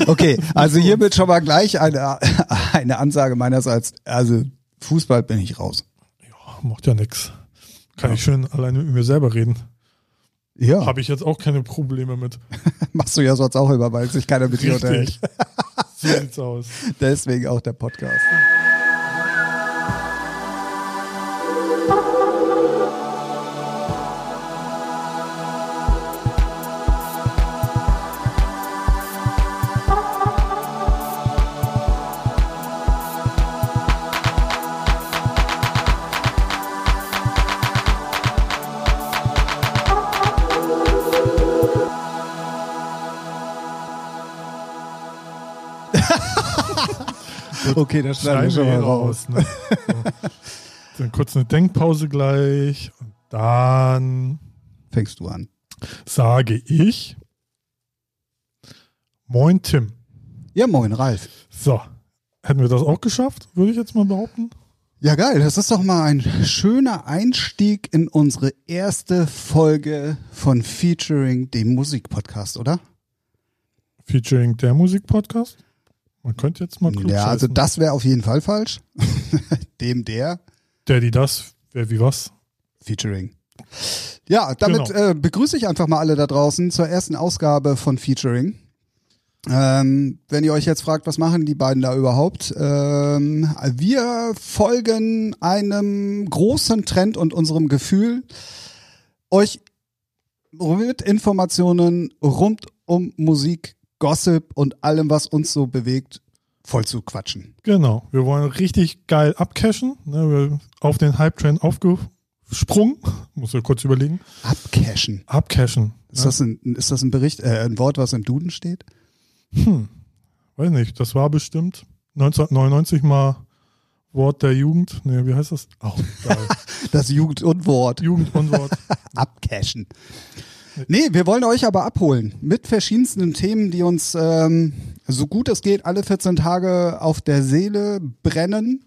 Okay, also hiermit schon mal gleich eine Ansage meinerseits. Also Fußball bin ich raus. Ja, macht ja nix. Kann ich schön alleine mit mir selber reden. Ja. Habe ich jetzt auch keine Probleme mit. Machst du ja sonst auch immer, weil sich keiner mit dir unterhält. So sieht's aus. Deswegen auch der Podcast. Okay, das schneiden wir schon mal raus. Ne? So. Dann kurz eine Denkpause gleich und dann fängst du an. Sage ich Moin Tim. Ja, moin Ralf. So, hätten wir das auch geschafft, würde ich jetzt mal behaupten. Ja, geil. Das ist doch mal ein schöner Einstieg in unsere erste Folge von Featuring, dem Musikpodcast, oder? Featuring der Musikpodcast? Man könnte jetzt mal klug Ja, also scheißen. das wäre auf jeden Fall falsch. Der. Der, die, das, wer, wie, was. Featuring. Ja, damit begrüße ich einfach mal alle da draußen zur ersten Ausgabe von Featuring. Wenn ihr euch jetzt fragt, was machen die beiden da überhaupt? Wir folgen einem großen Trend und unserem Gefühl, euch mit Informationen rund um Musik, Gossip und allem, was uns so bewegt, voll zu quatschen. Genau, wir wollen richtig geil abcashen. Ne, wir auf den Hype-Train aufgesprungen. Muss ich kurz überlegen. Abcashen. Abcashen. Ist das ein Bericht, ein Wort, was im Duden steht? Weiß nicht, das war bestimmt 1999 mal Wort der Jugend. Ne, wie heißt das? Oh, geil. Das Jugendunwort. Jugendunwort. Abcashen. Nee, wir wollen euch aber abholen mit verschiedensten Themen, die uns so gut es geht alle 14 Tage auf der Seele brennen.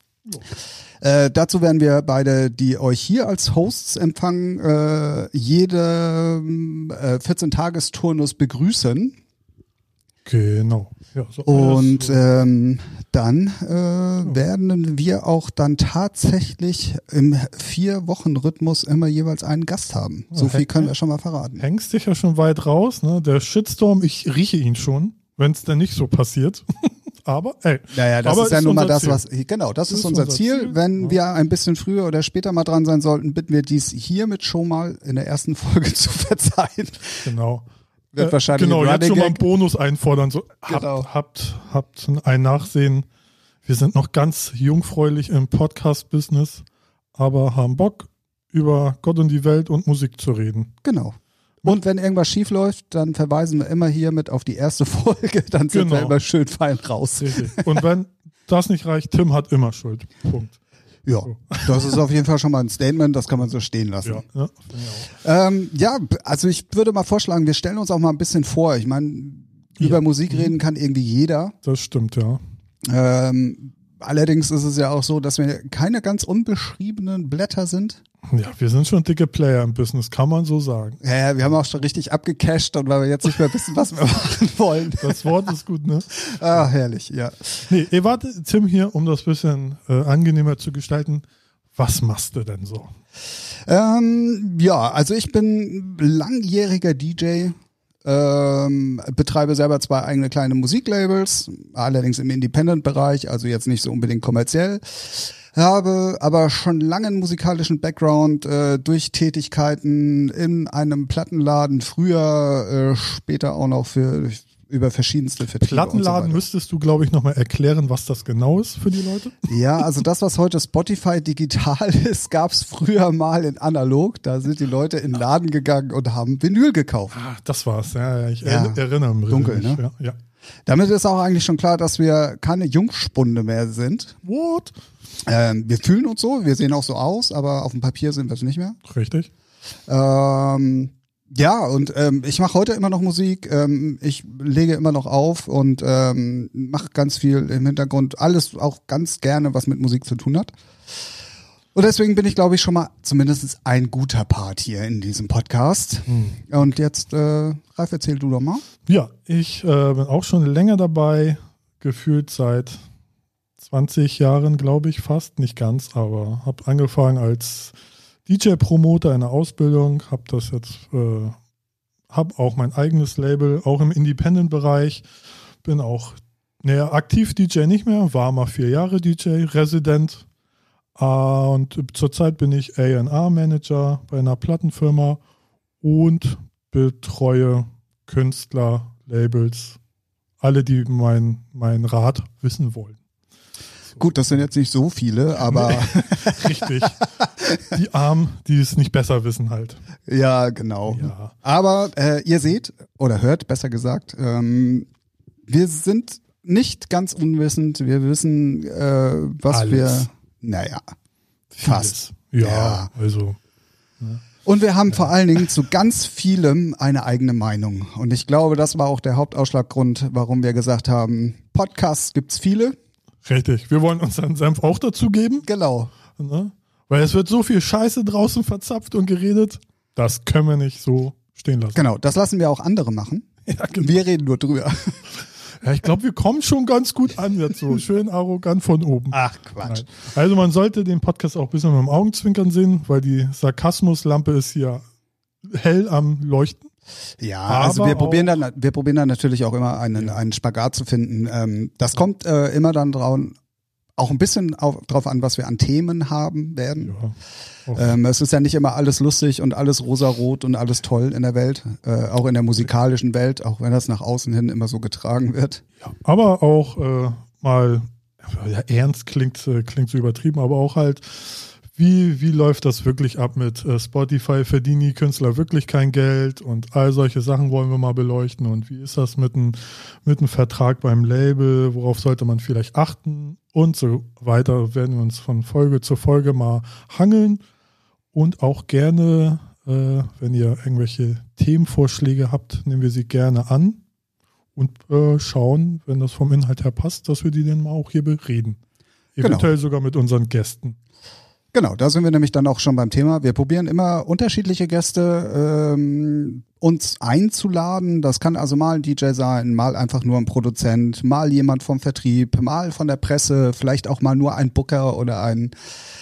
Dazu werden wir beide, die euch hier als Hosts empfangen, jede 14-Tages-Turnus begrüßen. Genau. Ja, so Und dann werden wir auch dann tatsächlich im 4-Wochen-Rhythmus immer jeweils einen Gast haben. So viel können wir schon mal verraten. Hängst dich ja schon weit raus, ne? Der Shitstorm, ich rieche ihn schon, wenn es denn nicht so passiert. Aber, Naja, das aber ist ja nun mal das, Ziel. was, genau, das ist unser Ziel. Wenn wir ein bisschen früher oder später mal dran sein sollten, bitten wir dies hiermit schon mal in der ersten Folge zu verzeihen. Genau. Wird wahrscheinlich genau, ein jetzt Running schon mal einen Gag. Bonus einfordern. So, Genau. habt ein Nachsehen. Wir sind noch ganz jungfräulich im Podcast-Business, aber haben Bock, über Gott und die Welt und Musik zu reden. Genau. Und wenn irgendwas schief läuft, dann verweisen wir immer hiermit auf die erste Folge, dann sind wir Genau. immer schön fein raus. Richtig. Und wenn das nicht reicht, Tim hat immer Schuld. Punkt. Ja, das ist auf jeden Fall schon mal ein Statement, das kann man so stehen lassen. Ja, finde ich auch. Ja, also ich würde mal vorschlagen, wir stellen uns auch mal ein bisschen vor. Ich meine, über Musik reden kann irgendwie jeder. Das stimmt, ja. Allerdings ist es ja auch so, dass wir keine ganz unbeschriebenen Blätter sind. Ja, wir sind schon dicke Player im Business, kann man so sagen. Ja, wir haben auch schon richtig abgecasht und weil wir jetzt nicht mehr wissen, was wir machen wollen. Das Wort ist gut, ne? Ah, herrlich, ja. Nee, warte, Tim hier, um das bisschen angenehmer zu gestalten. Was machst du denn so? Ja, also ich bin langjähriger DJ, betreibe selber 2 eigene kleine Musiklabels, allerdings im Independent-Bereich, also jetzt nicht so unbedingt kommerziell. Habe aber schon lange einen musikalischen Background durch Tätigkeiten in einem Plattenladen, früher, später auch noch über verschiedenste Vertriebe. Plattenladen und so müsstest du, glaube ich, nochmal erklären, was das genau ist für die Leute. Ja, also das, was heute Spotify digital ist, gab es früher mal in analog. Da sind die Leute in den Laden gegangen und haben Vinyl gekauft. Ah, das war's. Ja, ich Ja. erinnere mich. Dunkel, ne? Ja. Damit ist auch eigentlich schon klar, dass wir keine Jungspunde mehr sind. What? Wir fühlen uns so, wir sehen auch so aus, aber auf dem Papier sind wir es nicht mehr. Richtig. Ja, und ich mache heute immer noch Musik, ich lege immer noch auf und mache ganz viel im Hintergrund, alles auch ganz gerne, was mit Musik zu tun hat. Und deswegen bin ich, glaube ich, schon mal zumindest ein guter Part hier in diesem Podcast. Und jetzt, Ralf, erzähl du doch mal. Ja, ich bin auch schon länger dabei, gefühlt seit 20 Jahren, glaube ich, fast, nicht ganz, aber habe angefangen als DJ-Promoter in der Ausbildung, habe auch mein eigenes Label, auch im Independent-Bereich, bin auch aktiv DJ nicht mehr, war mal 4 Jahre DJ, Resident und zurzeit bin ich A&R-Manager bei einer Plattenfirma und betreue Künstler, Labels, alle, die mein Rat wissen wollen. Gut, das sind jetzt nicht so viele, aber... Richtig. Die Armen, die es nicht besser wissen halt. Ja, genau. Ja. Aber ihr seht, oder hört, besser gesagt, wir sind nicht ganz unwissend. Wir wissen, was Alles. Fast. Ja, also... Ne? Und wir haben vor allen Dingen zu ganz vielem eine eigene Meinung. Und ich glaube, das war auch der Hauptausschlaggrund, warum wir gesagt haben, Podcasts gibt's viele. Richtig, wir wollen unseren Senf auch dazu geben. Genau. Ne? Weil es wird so viel Scheiße draußen verzapft und geredet, das können wir nicht so stehen lassen. Genau, das lassen wir auch andere machen. Ja, genau. Wir reden nur drüber. Ja, ich glaube, wir kommen schon ganz gut an jetzt so. Schön arrogant von oben. Ach, Quatsch. Nein. Also man sollte den Podcast auch ein bisschen mit dem Augenzwinkern sehen, weil die Sarkasmuslampe ist hier hell am Leuchten. Ja, Aber also wir probieren dann natürlich auch immer einen Spagat zu finden. Das kommt immer dann auch ein bisschen drauf an, was wir an Themen haben werden. Ja. Es ist ja nicht immer alles lustig und alles rosarot und alles toll in der Welt, auch in der musikalischen Welt, auch wenn das nach außen hin immer so getragen wird. Ja, aber auch mal, ja, ernst klingt so übertrieben, aber auch halt, wie läuft das wirklich ab mit Spotify? Verdienen die Künstler wirklich kein Geld? Und all solche Sachen wollen wir mal beleuchten. Und wie ist das mit einem Vertrag beim Label? Worauf sollte man vielleicht achten? Und so weiter werden wir uns von Folge zu Folge mal hangeln. Und auch gerne, wenn ihr irgendwelche Themenvorschläge habt, nehmen wir sie gerne an und schauen, wenn das vom Inhalt her passt, dass wir die dann mal auch hier bereden. Eventuell sogar mit unseren Gästen. Genau, da sind wir nämlich dann auch schon beim Thema. Wir probieren immer unterschiedliche Gäste uns einzuladen. Das kann also mal ein DJ sein, mal einfach nur ein Produzent, mal jemand vom Vertrieb, mal von der Presse, vielleicht auch mal nur ein Booker oder ein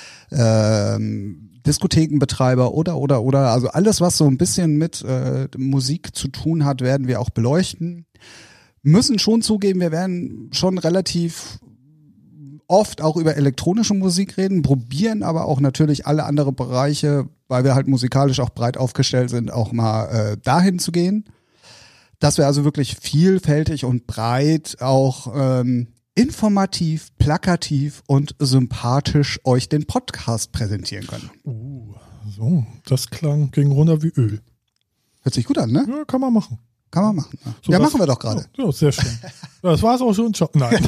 Diskothekenbetreiber oder. Also alles, was so ein bisschen mit Musik zu tun hat, werden wir auch beleuchten. Müssen schon zugeben, wir werden schon relativ oft auch über elektronische Musik reden, probieren aber auch natürlich alle andere Bereiche, weil wir halt musikalisch auch breit aufgestellt sind, auch mal dahin zu gehen. Dass wir also wirklich vielfältig und breit auch informativ, plakativ und sympathisch euch den Podcast präsentieren können. So, das ging runter wie Öl. Hört sich gut an, ne? Ja, kann man machen. Kann man machen. Ja, So, ja machen wir doch gerade. Ja, sehr schön. Das war es auch schon. Nein.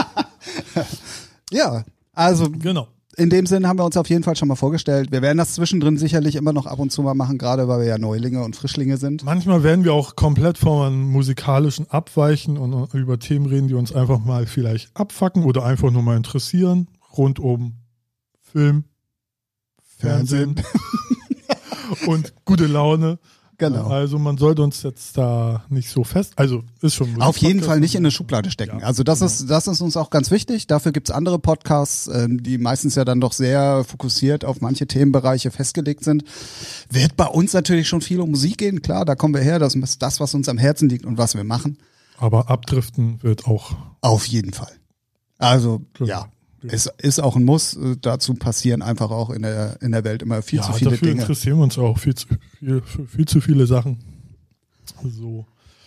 Ja, also Genau. in dem Sinn haben wir uns auf jeden Fall schon mal vorgestellt. Wir werden das zwischendrin sicherlich immer noch ab und zu mal machen, gerade weil wir ja Neulinge und Frischlinge sind. Manchmal werden wir auch komplett vom musikalischen abweichen und über Themen reden, die uns einfach mal vielleicht abfacken oder einfach nur mal interessieren. Rund um Film, Fernsehen und gute Laune. Genau. Also man sollte uns jetzt da nicht so fest, also ist schon Musik. Auf jeden Fall nicht in eine Schublade stecken. Ja, also das ist uns auch ganz wichtig. Dafür gibt's andere Podcasts, die meistens ja dann doch sehr fokussiert auf manche Themenbereiche festgelegt sind. Wird bei uns natürlich schon viel um Musik gehen. Klar, da kommen wir her. Das ist das, was uns am Herzen liegt und was wir machen. Aber abdriften wird auch. Auf jeden Fall. Also, Genau. ja. Es ist auch ein Muss. Dazu passieren einfach auch in der Welt immer viel zu viele dafür Dinge. interessieren wir uns auch viel zu viele Sachen. So.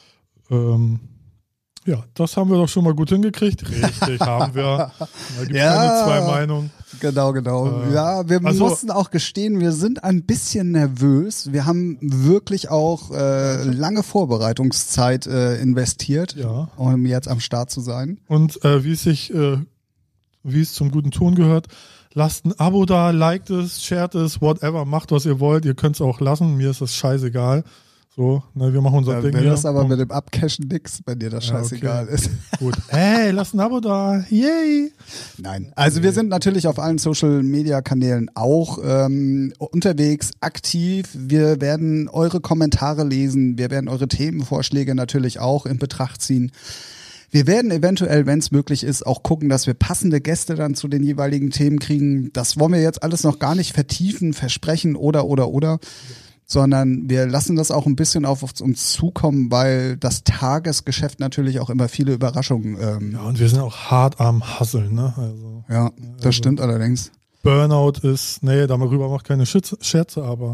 Ja, das haben wir doch schon mal gut hingekriegt. Richtig, haben wir. Da gibt es keine zwei Meinungen. Genau. Ja, wir mussten auch gestehen, wir sind ein bisschen nervös. Wir haben wirklich auch lange Vorbereitungszeit investiert, um jetzt am Start zu sein. Und wie es zum guten Ton gehört, lasst ein Abo da, liked es, shared es, whatever, macht was ihr wollt. Ihr könnt es auch lassen, mir ist das scheißegal. So, ne, wir machen unser Ding. Wenn hier. das aber mit dem Abcashen nix, wenn dir das scheißegal ist. Gut. Hey, lass ein Abo da. Yay. Nein. Also wir sind natürlich auf allen Social-Media-Kanälen auch unterwegs, aktiv. Wir werden eure Kommentare lesen. Wir werden eure Themenvorschläge natürlich auch in Betracht ziehen. Wir werden eventuell, wenn es möglich ist, auch gucken, dass wir passende Gäste dann zu den jeweiligen Themen kriegen. Das wollen wir jetzt alles noch gar nicht vertiefen, versprechen oder. Sondern wir lassen das auch ein bisschen auf uns zukommen, weil das Tagesgeschäft natürlich auch immer viele Überraschungen. Ja, und wir sind auch hart am Hustlen, ne? Also, ja, das stimmt allerdings. Burnout ist, darüber macht keine Scherze, aber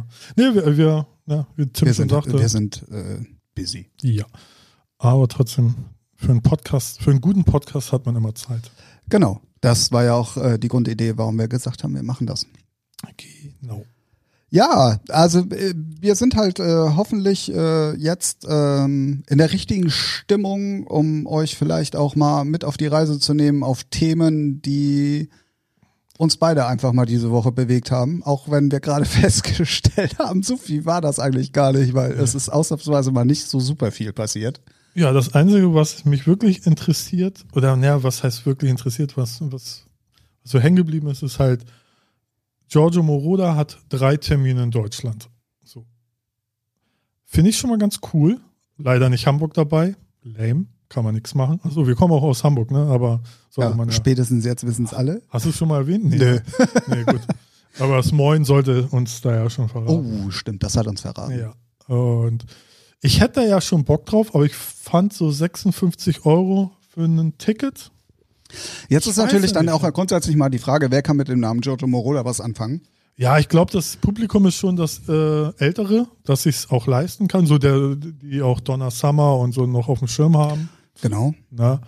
Tim schon sagte. Wir sind busy. Ja, aber trotzdem, für einen guten Podcast hat man immer Zeit. Genau, das war ja auch die Grundidee, warum wir gesagt haben, wir machen das. Genau. Ja, also wir sind halt hoffentlich jetzt in der richtigen Stimmung, um euch vielleicht auch mal mit auf die Reise zu nehmen auf Themen, die uns beide einfach mal diese Woche bewegt haben. Auch wenn wir gerade festgestellt haben, so viel war das eigentlich gar nicht, weil es ist ausnahmsweise mal nicht so super viel passiert. Ja, das Einzige, was mich wirklich interessiert, was heißt wirklich interessiert, was so hängen geblieben ist, ist halt, Giorgio Moroder hat 3 Termine in Deutschland. So. Finde ich schon mal ganz cool. Leider nicht Hamburg dabei. Lame. Kann man nichts machen. Achso, wir kommen auch aus Hamburg, ne? Aber sollte man ja. Spätestens jetzt wissen es alle. Hast du es schon mal erwähnt? Nee. Nee, gut. Aber das Moin sollte uns da ja schon verraten. Oh, stimmt. Das hat uns verraten. Ja. Und ich hätte da ja schon Bock drauf, aber ich fand so 56 € für ein Ticket. Jetzt ist natürlich dann auch grundsätzlich mal die Frage, wer kann mit dem Namen Giorgio Moroder was anfangen? Ja, ich glaube, das Publikum ist schon das Ältere, dass ich es auch leisten kann, so die auch Donna Summer und so noch auf dem Schirm haben. Genau. Na,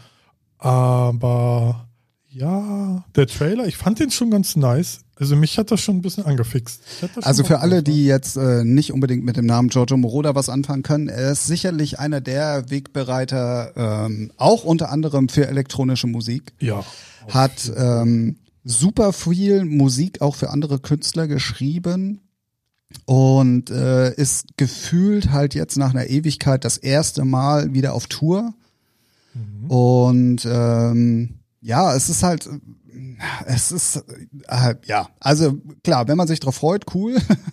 aber ja, der Trailer, ich fand den schon ganz nice. Also mich hat das schon ein bisschen angefixt. Also für alle, die jetzt nicht unbedingt mit dem Namen Giorgio Moroder was anfangen können, er ist sicherlich einer der Wegbereiter, auch unter anderem für elektronische Musik. Ja. Hat super viel Musik auch für andere Künstler geschrieben und ist gefühlt halt jetzt nach einer Ewigkeit das erste Mal wieder auf Tour. Mhm. Und es ist halt, also klar, wenn man sich drauf freut, cool.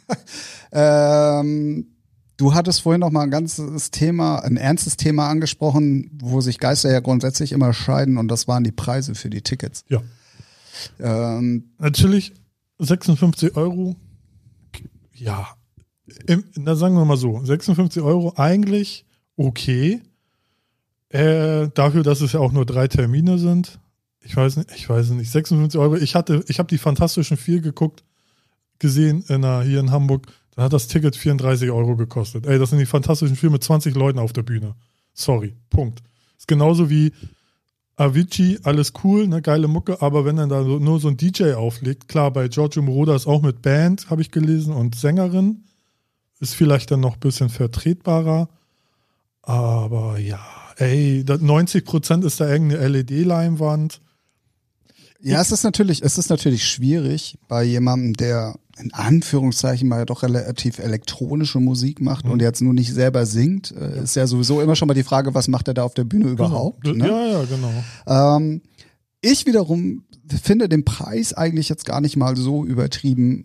Du hattest vorhin noch mal ein ernstes Thema angesprochen, wo sich Geister ja grundsätzlich immer scheiden, und das waren die Preise für die Tickets. Ja. Natürlich 56 €, ja, sagen wir mal so, 56 € eigentlich okay, dafür, dass es ja auch nur 3 Termine sind. Ich weiß nicht, 56 €. Ich habe die Fantastischen 4 gesehen hier in Hamburg. Da hat das Ticket 34 € gekostet. Ey, das sind die Fantastischen 4 mit 20 Leuten auf der Bühne. Sorry, Punkt. Ist genauso wie Avicii, alles cool, ne, geile Mucke, aber wenn dann da nur so ein DJ auflegt, klar, bei Giorgio Moroder ist auch mit Band, habe ich gelesen, und Sängerin, ist vielleicht dann noch ein bisschen vertretbarer, aber ja, ey, 90% ist da irgendeine LED-Leinwand. Ja, es ist natürlich schwierig bei jemandem, der in Anführungszeichen mal doch relativ elektronische Musik macht und jetzt nur nicht selber singt. Ist ja sowieso immer schon mal die Frage, was macht er da auf der Bühne überhaupt? Genau. Ne? Ja, genau. Ich wiederum finde den Preis eigentlich jetzt gar nicht mal so übertrieben.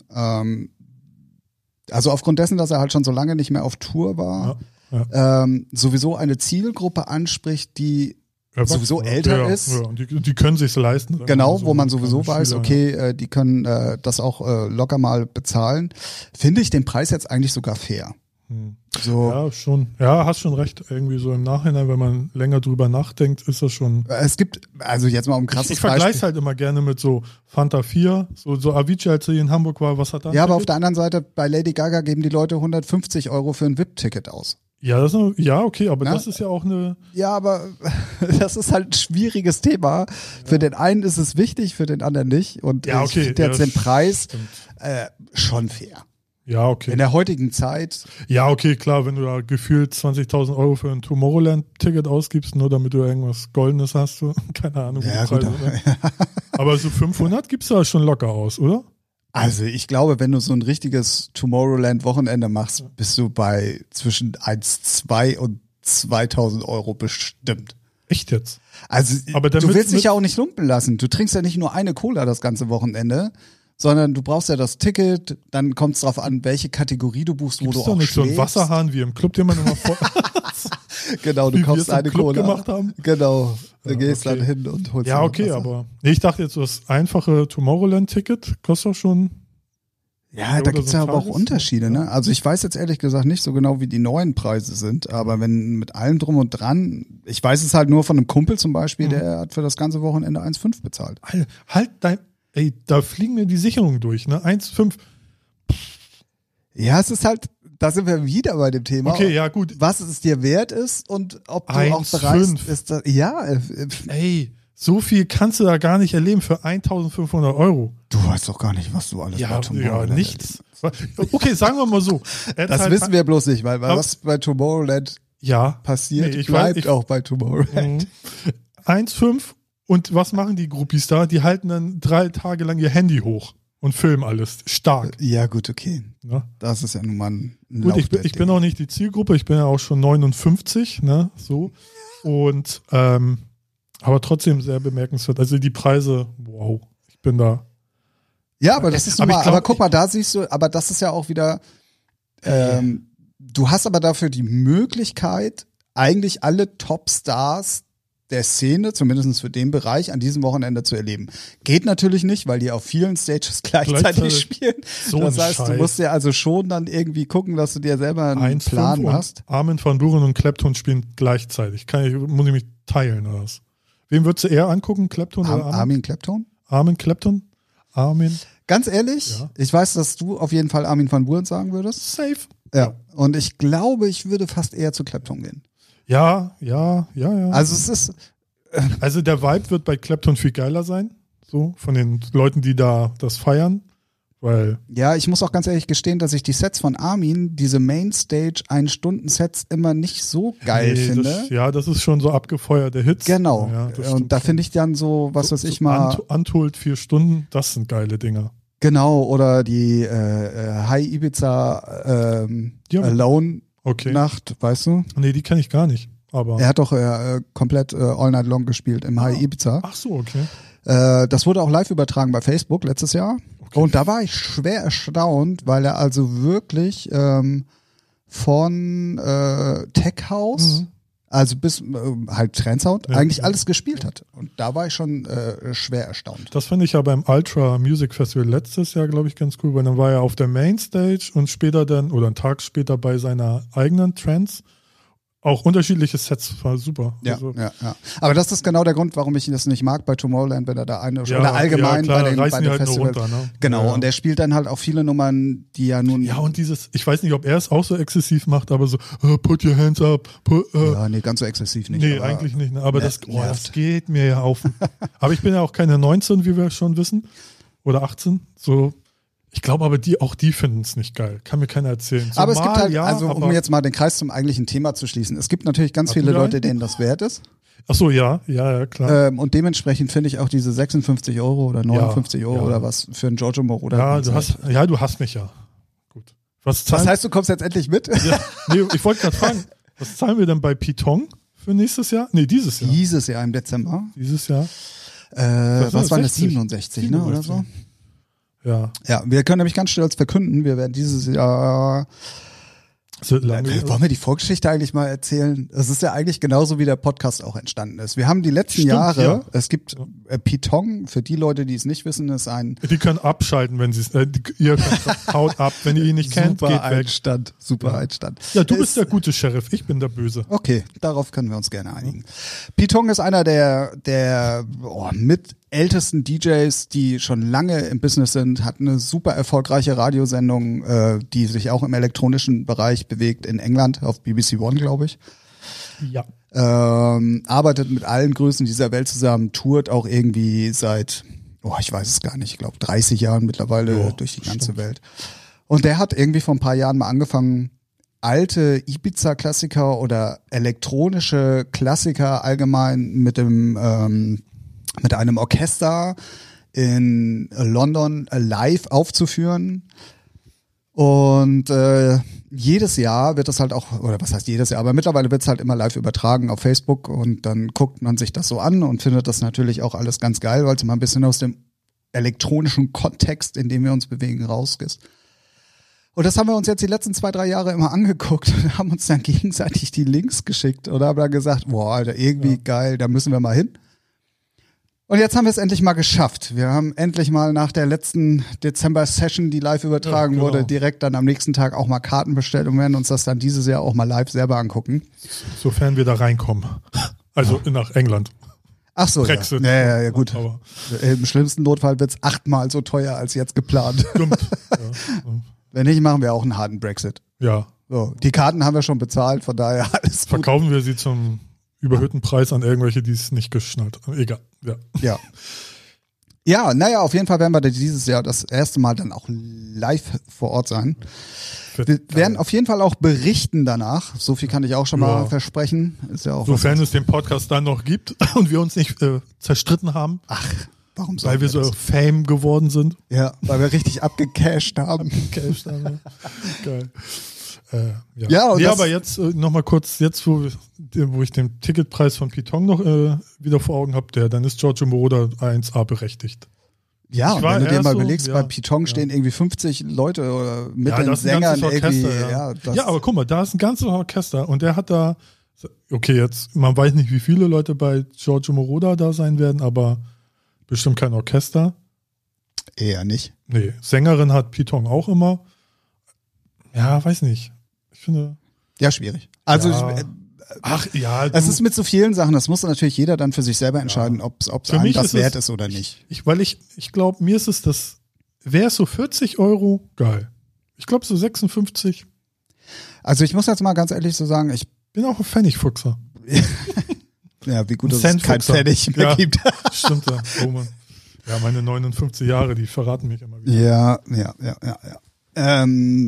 Also aufgrund dessen, dass er halt schon so lange nicht mehr auf Tour war, sowieso eine Zielgruppe anspricht, die sowieso älter ist. Ja, und die können sich's leisten. Genau, so, wo man sowieso weiß, okay, die können das auch locker mal bezahlen. Finde ich den Preis jetzt eigentlich sogar fair. So. Ja, schon. Ja, hast schon recht. Irgendwie so im Nachhinein, wenn man länger drüber nachdenkt, ist das schon. Es gibt, also jetzt mal um krasses Ich vergleiche es halt immer gerne mit so Fanta 4, so Avicii, als er hier in Hamburg war, was hat er? Ja, aber auf der anderen Seite, bei Lady Gaga geben die Leute 150 € für ein VIP-Ticket aus. Ja, okay, aber das ist ja auch eine... Ja, aber das ist halt ein schwieriges Thema. Für den einen ist es wichtig, für den anderen nicht. Und ja, okay, ich finde jetzt den Preis schon fair. Ja, okay. In der heutigen Zeit. Ja, okay, klar, wenn du da gefühlt 20.000 € für ein Tomorrowland-Ticket ausgibst, nur damit du irgendwas Goldenes hast, keine Ahnung. Ja, gut. Aber so 500 gibst du da schon locker aus, oder? Also ich glaube, wenn du so ein richtiges Tomorrowland-Wochenende machst, bist du bei zwischen 1,2 und 2.000 Euro bestimmt. Echt jetzt? Also Aber du willst dich ja auch nicht lumpen lassen. Du trinkst ja nicht nur eine Cola das ganze Wochenende, sondern du brauchst ja das Ticket, dann kommt es drauf an, welche Kategorie du buchst, wo du auch doch nicht schläfst. so ein Wasserhahn wie im Club, den man immer vor... Genau, du wie kaufst wir es im eine Club Cola. gemacht haben. Genau, du Ja, gehst okay. dann hin und holst Ja, dir okay, Wasser. aber ich dachte jetzt, das einfache Tomorrowland-Ticket kostet doch schon... Ja, da oder gibt's so ja ein aber auch Tages- Unterschiede, ne? Also ich weiß jetzt ehrlich gesagt nicht so genau, wie die neuen Preise sind, aber wenn mit allem drum und dran, ich weiß es halt nur von einem Kumpel zum Beispiel, der hat für das ganze Wochenende 1,5 bezahlt. Alter, halt dein... Ey, da fliegen mir die Sicherungen durch, ne? 1,5. Ja, es ist halt, da sind wir wieder bei dem Thema. Okay, ja, gut. Was es dir wert ist und ob du auch 1,5. bereit bist. Ja, Ey, so viel kannst du da gar nicht erleben für 1.500 Euro. du weißt doch gar nicht, was du alles bei Ja, Tomorrowland nichts. Okay, sagen wir mal so. Das wissen wir bloß nicht, weil Aber- was bei Tomorrowland Ja. passiert, Nee, ich bleibt weiß, ich- auch bei Tomorrowland. 1,5 und was machen die Groupies da? Die halten dann 3 Tage lang ihr Handy hoch und filmen alles. Stark. Ja, gut, okay. Ne? Das ist ja nun mal ein Gut, ich bin auch nicht die Zielgruppe, ich bin ja auch schon 59, ne? So. Und aber trotzdem sehr bemerkenswert. Also die Preise, wow, ich bin da. Ja, aber das ist Aber nun ich mal, glaub, aber guck mal, da siehst du, aber das ist ja auch wieder, du hast aber dafür die Möglichkeit, eigentlich alle Top-Stars der Szene, zumindest für den Bereich, an diesem Wochenende zu erleben. Geht natürlich nicht, weil die auf vielen Stages gleichzeitig spielen. So Das ein heißt, du Scheiß. musst ja also schon dann irgendwie gucken, dass du dir selber einen 1,5 Plan und machst. Armin van Buuren und Clapton spielen gleichzeitig. Muss ich mich teilen oder was? Wem würdest du eher angucken, Clapton oder Armin? Armin Clapton? Armin Clapton? Armin? Ganz ehrlich, Ja. ich weiß, dass du auf jeden Fall Armin van Buuren sagen würdest. Safe. Ja. Und ich glaube, ich würde fast eher zu Clapton gehen. Ja. Also es ist, Also der Vibe wird bei Clapton viel geiler sein, so von den Leuten, die da das feiern, weil ja, ich muss auch ganz ehrlich gestehen, dass ich die Sets von Armin, diese Mainstage 1-Stunden-Sets immer nicht so geil finde. Das ist schon so abgefeuerte Hits. Genau. Ja, das stimmt und da schon. finde ich dann so, was weiß ich mal, Untold 4 Stunden, das sind geile Dinger. genau, oder die High Ibiza Ja. Alone Okay. Nacht, weißt du? Nee, die kenne ich gar nicht. Aber Er hat doch komplett All Night Long gespielt im High Ibiza. ach so, okay. Das wurde auch live übertragen bei Facebook letztes Jahr. Und da war ich schwer erstaunt, weil er also wirklich von Tech House, also bis halt Trendsound, eigentlich alles gespielt hat. Und da war ich schon schwer erstaunt. Das fand ich ja beim Ultra Music Festival letztes Jahr, glaube ich, ganz cool, weil dann war er auf der Mainstage und später dann, oder einen Tag später bei seiner eigenen Trance. Auch unterschiedliche Sets, war super. Ja, Also, ja. Aber das ist genau der Grund, warum ich das nicht mag bei Tomorrowland, wenn er da eine ja, oder allgemein ja, klar, bei den, reißen bei die den halt nur Festivals. runter, ne? Genau, Ja. und er spielt dann halt auch viele Nummern, die ja nun. Ja, und dieses, ich weiß nicht, ob er es auch so exzessiv macht, aber so, put your hands up. Ja, nee, ganz so exzessiv nicht. Nee, aber, eigentlich nicht. Ne? Aber nervt. das geht mir ja auf. Aber ich bin ja auch keine 19, wie wir schon wissen. Oder 18. So. Ich glaube aber, auch die finden es nicht geil. Kann mir keiner erzählen. So aber es gibt mal, halt, ja, also um aber- jetzt mal den Kreis zum eigentlichen Thema zu schließen, es gibt natürlich ganz Hatten viele wir Leute, einen? denen das wert ist. Ach so, ja, klar. Und dementsprechend finde ich auch diese 56 Euro oder 59 Euro ja. oder was für ein Giorgio Moroder. Ja, du hast mich ja. Gut. Was Was heißt, du kommst jetzt endlich mit? ja, nee, ich wollte gerade fragen, was zahlen wir denn bei Pitong für nächstes Jahr? Nee, dieses Jahr. Dieses Jahr im Dezember. Dieses Jahr. Was waren das? 60? 67, ne? Oder so? Ja. Ja, wir können nämlich ganz stolz verkünden, wir werden dieses Jahr. So lange. Wollen wir die Vorgeschichte eigentlich mal erzählen? Es ist ja eigentlich genauso, wie der Podcast auch entstanden ist. Wir haben die letzten Stimmt, Jahre, ja. es gibt Pitong, für die Leute, die es nicht wissen, ist ein Die können abschalten, wenn sie es. Ihr könnt, haut ab, wenn ihr ihn nicht kennt, super geht weg. Einstand. Super Einstand. Ja, du Es- bist der gute Sheriff, ich bin der Böse. Okay, darauf können wir uns gerne einigen. Pitong ist einer der mit ältesten DJs, die schon lange im Business sind, hat eine super erfolgreiche Radiosendung, die sich auch im elektronischen Bereich bewegt in England, auf BBC One, glaube ich. Ja. Arbeitet mit allen Größen dieser Welt zusammen, tourt auch irgendwie seit, ich weiß es gar nicht, ich glaube 30 Jahren mittlerweile Ja, durch die ganze stimmt. Welt. Und der hat irgendwie vor ein paar Jahren mal angefangen, alte Ibiza-Klassiker oder elektronische Klassiker allgemein mit einem Orchester in London live aufzuführen. Und jedes Jahr wird das halt auch, oder was heißt jedes Jahr, aber mittlerweile wird es halt immer live übertragen auf Facebook und dann guckt man sich das so an und findet das natürlich auch alles ganz geil, weil es mal ein bisschen aus dem elektronischen Kontext, in dem wir uns bewegen, raus ist. Und das haben wir uns jetzt die letzten 2-3 Jahre immer angeguckt und haben uns dann gegenseitig die Links geschickt oder haben dann gesagt, boah, Alter, irgendwie geil, da müssen wir mal hin. Und jetzt haben wir es endlich mal geschafft. Wir haben endlich mal nach der letzten Dezember-Session, die live übertragen wurde, direkt dann am nächsten Tag auch mal Karten bestellt und werden uns das dann dieses Jahr auch mal live selber angucken. Sofern wir da reinkommen. Also nach England. Ach so, Brexit. Ja, gut. Aber im schlimmsten Notfall wird es 8-mal so teuer als jetzt geplant. Stimmt. Wenn nicht, machen wir auch einen harten Brexit. Ja. So, die Karten haben wir schon bezahlt, von daher alles gut. Verkaufen wir sie zum überhöhten Preis an irgendwelche, die es nicht geschnallt haben. Egal. Ja. Ja, naja, auf jeden Fall werden wir dieses Jahr das erste Mal dann auch live vor Ort sein. Wir werden auf jeden Fall auch berichten danach. So viel kann ich auch schon mal versprechen. Ist ja auch sofern es den Podcast dann noch gibt und wir uns nicht zerstritten haben. Ach, warum so? Weil wir so Fame geworden sind. Ja, weil wir richtig abgecasht haben. Geil. Aber jetzt nochmal kurz, jetzt wo ich den Ticketpreis von Pitong noch wieder vor Augen habe, dann ist Giorgio Moroder 1A berechtigt. Ja, und wenn du dir mal überlegst, bei Pitong stehen irgendwie 50 Leute oder mit den Sängern irgendwie. Ja, aber guck mal, da ist ein ganzes Orchester und der hat da, okay, jetzt, man weiß nicht, wie viele Leute bei Giorgio Moroder da sein werden, aber bestimmt kein Orchester. Eher nicht. Nee, Sängerin hat Pitong auch immer. Ja, weiß nicht. Ich finde. Ja, schwierig. Also, es ist mit so vielen Sachen, das muss natürlich jeder dann für sich selber entscheiden, ob es einem das wert ist oder nicht. Weil ich glaube, mir ist es wäre es so 40 €, geil. Ich glaube so 56. Also ich muss jetzt mal ganz ehrlich so sagen, ich bin auch ein Pfennigfuchser. Ja, wie gut, dass es kein Pfennig mehr gibt. Stimmt ja. Oh Mann. Ja, meine 59 Jahre, die verraten mich immer wieder. Ja.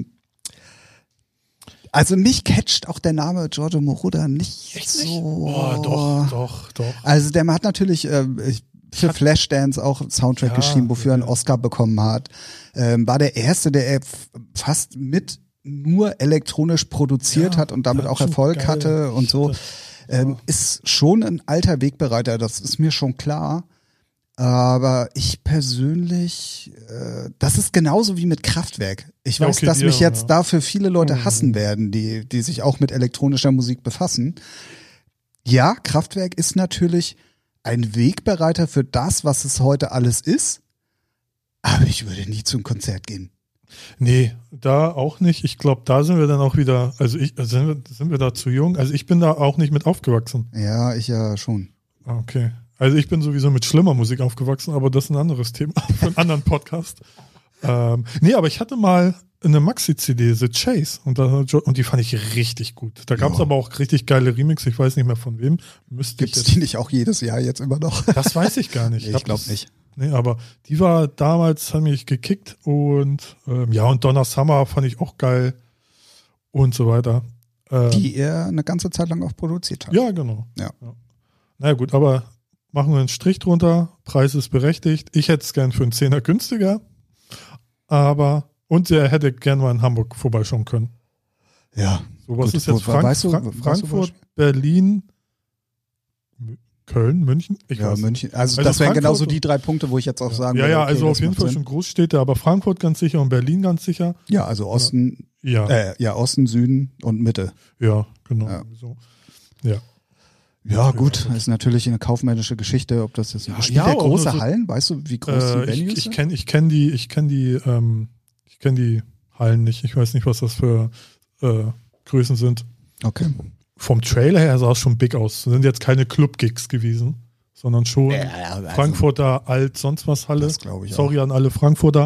Also mich catcht auch der Name Giorgio Moroder nicht so. Oh, doch. Also der hat natürlich für Flashdance auch einen Soundtrack geschrieben, wofür er einen Oscar bekommen hat. War der Erste, der fast mit nur elektronisch produziert hat und damit auch Erfolg hatte und so. Ist schon ein alter Wegbereiter, das ist mir schon klar. Aber ich persönlich, das ist genauso wie mit Kraftwerk. Ich weiß, dass mich jetzt dafür viele Leute hassen werden, die sich auch mit elektronischer Musik befassen. Ja, Kraftwerk ist natürlich ein Wegbereiter für das, was es heute alles ist. Aber ich würde nie zum Konzert gehen. Nee, da auch nicht. Ich glaube, da sind wir dann auch wieder, sind wir da zu jung? Also ich bin da auch nicht mit aufgewachsen. Ja, ich ja schon. Okay. Also ich bin sowieso mit schlimmer Musik aufgewachsen, aber das ist ein anderes Thema für einen anderen Podcast. Nee, aber ich hatte mal eine Maxi-CD, The Chase, und die fand ich richtig gut. Da gab es aber auch richtig geile Remix, ich weiß nicht mehr von wem. Gibt es die nicht auch jedes Jahr jetzt immer noch? Das weiß ich gar nicht. Ich glaube nicht. Nee, aber die war damals, hat mich gekickt und und Donna Summer fand ich auch geil und so weiter. Die er eine ganze Zeit lang auch produziert hat. Ja, genau. Ja. Naja gut, aber machen wir einen Strich drunter, Preis ist berechtigt. Ich hätte es gern für einen Zehner günstiger, und er hätte gern mal in Hamburg vorbeischauen können. Ja. So, was ist jetzt Frankfurt, Berlin, Köln, München? München. Also das wären genauso die 3 Punkte, wo ich jetzt auch sagen würde. Ja, also auf jeden Fall schon Großstädte, aber Frankfurt ganz sicher und Berlin ganz sicher. Ja, also Osten, Osten, Süden und Mitte. Ja, genau. So. Ja. Ja, gut, ist natürlich eine kaufmännische Geschichte, ob das jetzt spielt der große Hallen, weißt du, wie groß die Venues sind? Ich kenne die Hallen nicht. Ich weiß nicht, was das für Größen sind. Okay. Vom Trailer her sah es schon big aus. Das sind jetzt keine Club-Gigs gewesen, sondern schon also Frankfurter sonst was Halle. Das glaube ich Sorry an alle Frankfurter.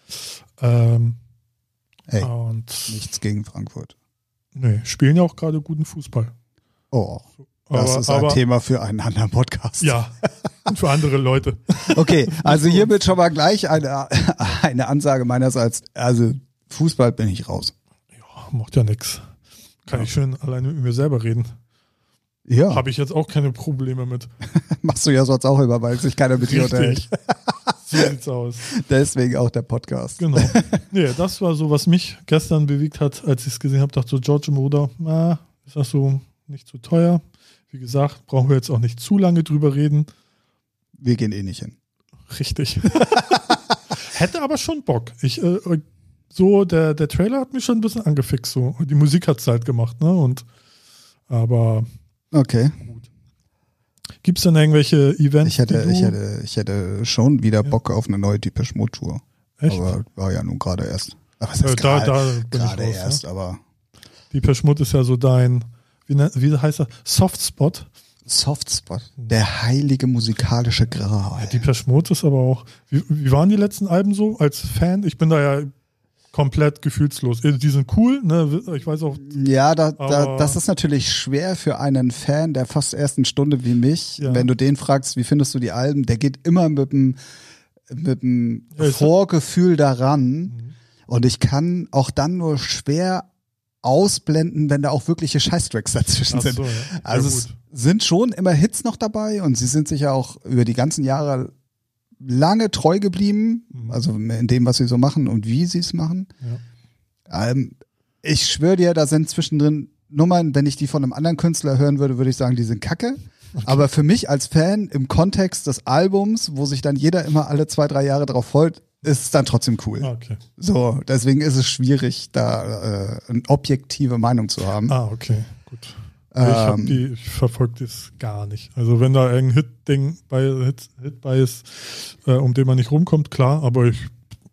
Nichts gegen Frankfurt. Nee, spielen ja auch gerade guten Fußball. Oh. Das ist ein Thema für einen anderen Podcast. Ja, und für andere Leute. Okay, also hiermit schon mal gleich eine Ansage meinerseits. Also Fußball bin ich raus. Ja, macht ja nichts. Kann ich schön alleine mit mir selber reden. Ja. Habe ich jetzt auch keine Probleme mit. Machst du ja sonst auch immer, weil sich keiner mit dir unterhält. So sieht's aus. Deswegen auch der Podcast. Genau. Nee, das war so, was mich gestern bewegt hat, als ich es gesehen habe. Dachte so, George Moroder, ist das so nicht zu teuer? Wie gesagt, brauchen wir jetzt auch nicht zu lange drüber reden. Wir gehen eh nicht hin. Richtig. Hätte aber schon Bock. Der Trailer hat mich schon ein bisschen angefixt. So. Die Musik hat es halt gemacht, ne? Aber okay. Gut. Gibt es denn irgendwelche Events? Ich hätte schon wieder Bock auf eine neue Depeche Mode Tour. Echt? Aber war ja nun gerade erst. Aber was heißt gerade erst, aber. Depeche Mode ist ja so dein, wie heißt das? Softspot. Softspot. Der heilige musikalische Gral. Ja, Depeche Mode ist aber auch. Wie waren die letzten Alben so als Fan? Ich bin da ja komplett gefühlslos. Die sind cool, ne? Ich weiß auch. Ja, das ist natürlich schwer für einen Fan der fast ersten Stunde wie mich. Ja. Wenn du den fragst, wie findest du die Alben, der geht immer mit dem Vorgefühl daran. Mhm. Und ich kann auch dann nur schwer ausblenden, wenn da auch wirkliche Scheißtracks dazwischen sind. Ja. Also es sind schon immer Hits noch dabei und sie sind sich ja auch über die ganzen Jahre lange treu geblieben, also in dem, was sie so machen und wie sie es machen. Ja. Ich schwöre dir, da sind zwischendrin Nummern, wenn ich die von einem anderen Künstler hören würde, würde ich sagen, die sind kacke. Okay. Aber für mich als Fan im Kontext des Albums, wo sich dann jeder immer alle 2-3 Jahre drauf freut, ist es dann trotzdem cool. Okay. So, deswegen ist es schwierig, da eine objektive Meinung zu haben. Okay, gut. Ich verfolge das gar nicht. Also wenn da irgendein Hit bei ist, um den man nicht rumkommt, klar, aber ich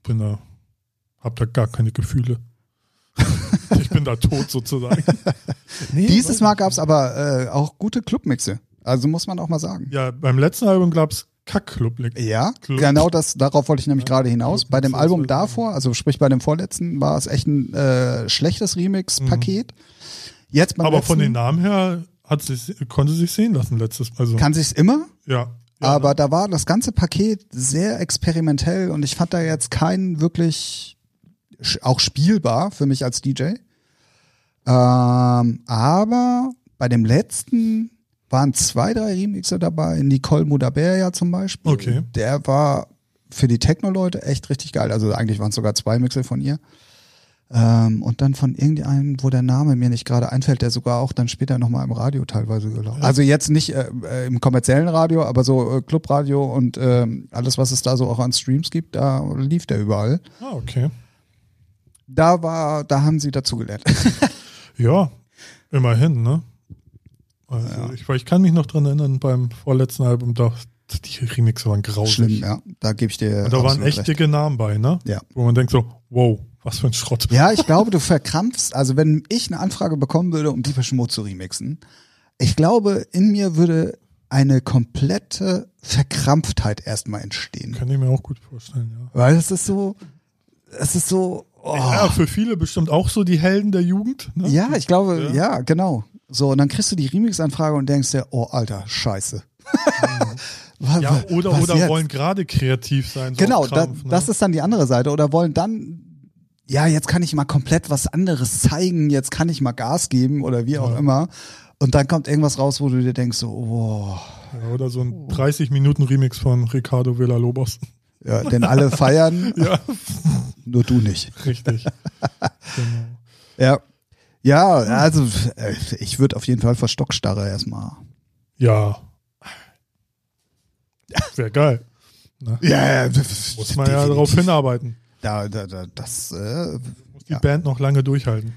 habe da gar keine Gefühle. Ich bin da tot sozusagen. Nee, dieses Mal gab es aber auch gute Clubmixe. Also muss man auch mal sagen. Ja, beim letzten Album gab es Kack-Club. Ja, genau darauf wollte ich nämlich gerade hinaus. Bei dem Album davor, also sprich bei dem vorletzten, war es echt ein schlechtes Remix-Paket. Jetzt beim aber letzten, von den Namen her konnte sich sehen lassen letztes. Also kann sich's immer? Ja. Aber ne? Da war das ganze Paket sehr experimentell und ich fand da jetzt keinen wirklich auch spielbar für mich als DJ. Aber bei dem letzten waren 2-3 Remixer dabei. Nicole Mudaber zum Beispiel. Okay. Der war für die Techno-Leute echt richtig geil. Also eigentlich waren es sogar 2 Mixer von ihr. Und dann von irgendeinem, wo der Name mir nicht gerade einfällt, der sogar auch dann später nochmal im Radio teilweise gelaufen. Also jetzt nicht im kommerziellen Radio, aber so Clubradio und alles, was es da so auch an Streams gibt, da lief der überall. Okay. Da haben sie dazugelernt. Ja, immerhin, ne? Also ich kann mich noch dran erinnern, beim vorletzten Album, die Remixer waren grausig. Schlimm, ja. Da gebe ich dir. Und da waren echt dicke Namen bei, ne? Ja. Wo man denkt so, wow, was für ein Schrott. Ja, ich glaube, du verkrampfst. Also wenn ich eine Anfrage bekommen würde, um Depeche Mode zu remixen, ich glaube, in mir würde eine komplette Verkrampftheit erstmal entstehen. Kann ich mir auch gut vorstellen, ja. Weil es ist so. Oh. Ja, für viele bestimmt auch so die Helden der Jugend. Ne? Ja, ich glaube, ja, genau. So, und dann kriegst du die Remix-Anfrage und denkst dir, oh, Alter, scheiße. Ja, oder wollen gerade kreativ sein. So genau, Krampf, das ist dann die andere Seite. Oder wollen dann, ja, jetzt kann ich mal komplett was anderes zeigen, jetzt kann ich mal Gas geben oder wie auch immer. Und dann kommt irgendwas raus, wo du dir denkst, so, oh. Ja, oder so ein 30-Minuten-Remix von Ricardo Villalobos. Ja, den alle feiern, ja. Nur du nicht. Richtig. Genau. Ja, also ich würde auf jeden Fall vor Stockstarre erstmal. Ja. Wäre geil. Ne? Ja, muss man ja darauf hinarbeiten. Das muss die Band noch lange durchhalten.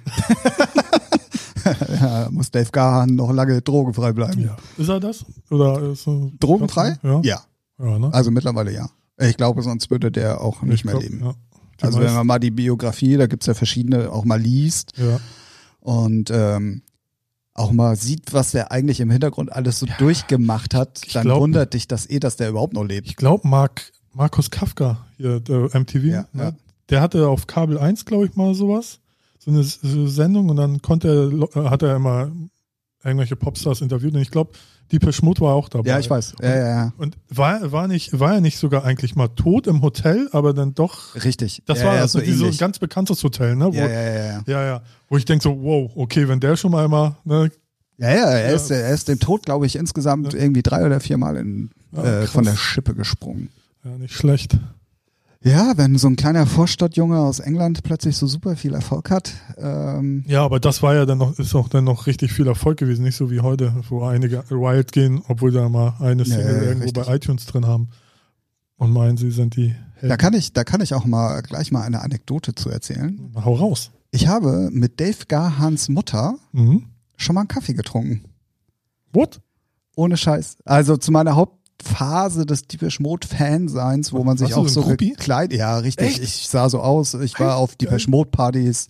Ja, muss Dave Gahan noch lange drogenfrei bleiben. Ja. Ist er das? Oder ist er drogenfrei? Ja. Ne? Also mittlerweile ja. Ich glaube, sonst würde der auch nicht mehr leben. Ja. Also wenn man mal die Biografie, da gibt's ja verschiedene, auch mal liest und auch mal sieht, was der eigentlich im Hintergrund alles so durchgemacht hat, dann wundert dich das dass der überhaupt noch lebt. Ich glaube, Markus Kafka, hier, der MTV, der hatte auf Kabel 1, glaube ich, mal sowas, so eine Sendung und dann hat er immer irgendwelche Popstars interviewt und ich glaube, Depeche Mode war auch dabei. Ja, ich weiß. Ja. Und war er nicht sogar eigentlich mal tot im Hotel, aber dann doch. Richtig. Das war so ein ganz bekanntes Hotel, ne? Ja. Wo ich denke so, wow, okay, wenn der schon mal immer, ne? Er ist dem Tod, glaube ich, insgesamt irgendwie 3 oder 4 Mal von der Schippe gesprungen. Ja, nicht schlecht. Ja, wenn so ein kleiner Vorstadtjunge aus England plötzlich so super viel Erfolg hat. Ja, aber das war ja dann noch, ist auch dann noch richtig viel Erfolg gewesen, nicht so wie heute, wo einige wild gehen, obwohl da mal eine Single irgendwo richtig. bei iTunes drin haben und meinen, sie sind die Helden. Da kann ich auch mal gleich mal eine Anekdote zu erzählen. Hau raus. Ich habe mit Dave Garhans Mutter schon mal einen Kaffee getrunken. What? Ohne Scheiß. Also zu meiner Hauptphase des Depeche Mode Fanseins, wo man sich Warst du auch so so ein Groupie? gekleidet. Ja, richtig. Echt? Ich sah so aus. Ich war auf Depeche Mode Partys.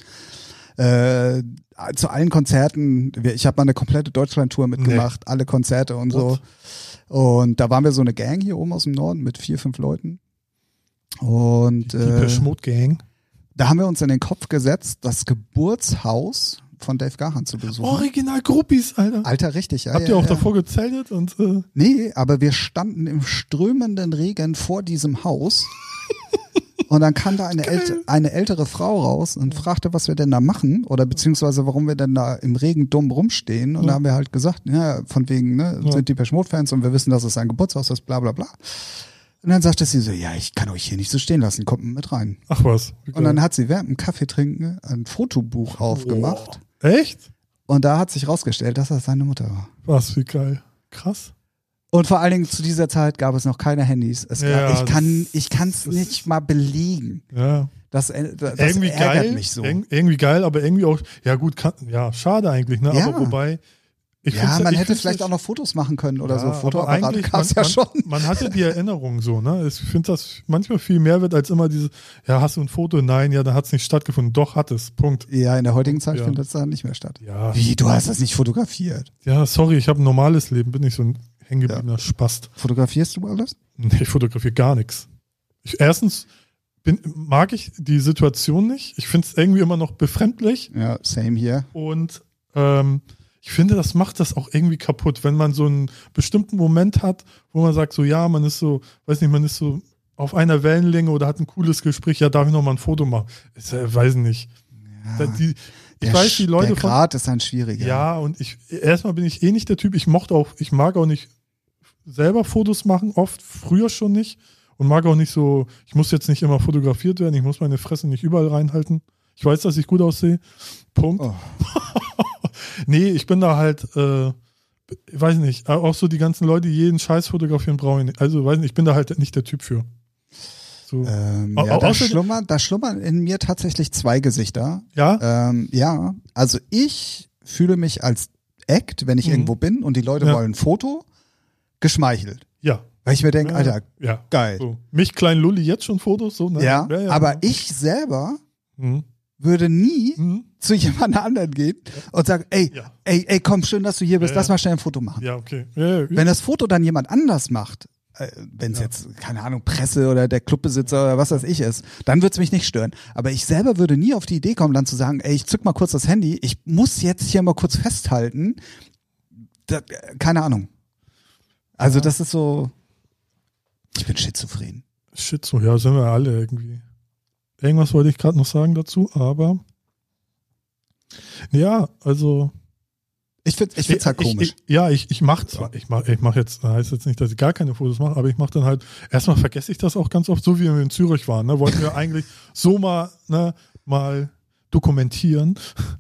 Zu allen Konzerten. Ich habe mal eine komplette Deutschland-Tour mitgemacht. Alle Konzerte und so. Und da waren wir so eine Gang hier oben aus dem Norden mit 4, 5 Leuten. Und Die Depeche Mode Gang. da haben wir uns in den Kopf gesetzt, das Geburtshaus von Dave Gahan zu besuchen. Original Groupies, Alter. Alter, richtig, ja. Habt ihr auch davor gezeltet? Und, Nee, aber wir standen im strömenden Regen vor diesem Haus und dann kam da eine ältere Frau raus und fragte, was wir denn da machen oder beziehungsweise warum wir denn da im Regen dumm rumstehen und da haben wir halt gesagt, ja, von wegen, ne, sind die Depeche Mode Fans und wir wissen, dass es ein Geburtshaus ist, bla bla bla. Und dann sagte sie so, ja, ich kann euch hier nicht so stehen lassen, kommt mit rein. ach was. Und dann hat sie während dem Kaffee trinken ein Fotobuch aufgemacht. Echt? Und da hat sich rausgestellt, dass das seine Mutter war. Was, wie geil. Krass. Und vor allen Dingen zu dieser Zeit gab es noch keine Handys. Ich kann es nicht mal belegen. Ja. Das Irgendwie ärgert geil, mich so. Irgendwie geil, aber irgendwie auch, ja gut, schade eigentlich, ne? Ja. Aber wobei, Man hätte vielleicht auch noch Fotos machen können oder so. Fotoapparat eigentlich, gab es ja schon. Man hatte die Erinnerung so, ne? Ich finde das manchmal viel mehr wird als immer dieses, ja, hast du ein Foto? Nein, ja, da hat es nicht stattgefunden. Doch, hat es. Punkt. Ja, in der heutigen Zeit Ja. findet es da nicht mehr statt. Ja. Wie, du hast das nicht fotografiert? Ja, sorry, ich habe ein normales Leben, bin nicht so ein hängengebliebener Spast. Fotografierst du alles? Nee, ich fotografiere gar nichts. Erstens mag ich die Situation nicht. Ich finde es irgendwie immer noch befremdlich. Ja, same hier. Und ich finde, das macht das auch irgendwie kaputt, wenn man so einen bestimmten Moment hat, wo man sagt, so ja, man ist so, weiß nicht, man ist so auf einer Wellenlänge oder hat ein cooles Gespräch, ja, darf ich noch mal ein Foto machen? Ich weiß nicht. Ja. Ich weiß, die Leute der Grad ist ein schwieriger. Ja, und erstmal bin ich nicht der Typ, ich mag auch nicht selber Fotos machen, oft, früher schon nicht und mag auch nicht so, ich muss jetzt nicht immer fotografiert werden, ich muss meine Fresse nicht überall reinhalten. Ich weiß, dass ich gut aussehe. Punkt. Oh. Nee, ich bin da halt, weiß nicht, auch so die ganzen Leute, die jeden Scheiß fotografieren, brauche ich nicht. Also, weiß nicht, ich bin da halt nicht der Typ für. So. Ja, da schlummern in mir tatsächlich 2 Gesichter. Ja? Ja, also ich fühle mich als Act, wenn ich irgendwo bin und die Leute wollen ein Foto, geschmeichelt. Ja. Weil ich mir denke, Alter, geil. So. Mich, klein Lulli, jetzt schon Fotos? So, ne? Ja, aber ich selber Mhm. würde nie zu jemand anderen gehen und sagen, ey, komm, schön, dass du hier bist, lass mal schnell ein Foto machen. Ja, okay. Ja. Wenn das Foto dann jemand anders macht, wenn es jetzt, keine Ahnung, Presse oder der Clubbesitzer oder was weiß ich ist, dann würde es mich nicht stören. Aber ich selber würde nie auf die Idee kommen, dann zu sagen, ey, ich zück mal kurz das Handy, ich muss jetzt hier mal kurz festhalten. Keine Ahnung. Also das ist so, ich bin schizophren. Schizo, ja, sind wir alle irgendwie. Irgendwas wollte ich gerade noch sagen dazu, aber ja, also ich find's halt komisch. Ich mach jetzt, heißt jetzt nicht, dass ich gar keine Fotos mache, aber ich mache dann halt, erstmal vergesse ich das auch ganz oft, so wie wir in Zürich waren, ne, wollten wir eigentlich so mal dokumentieren,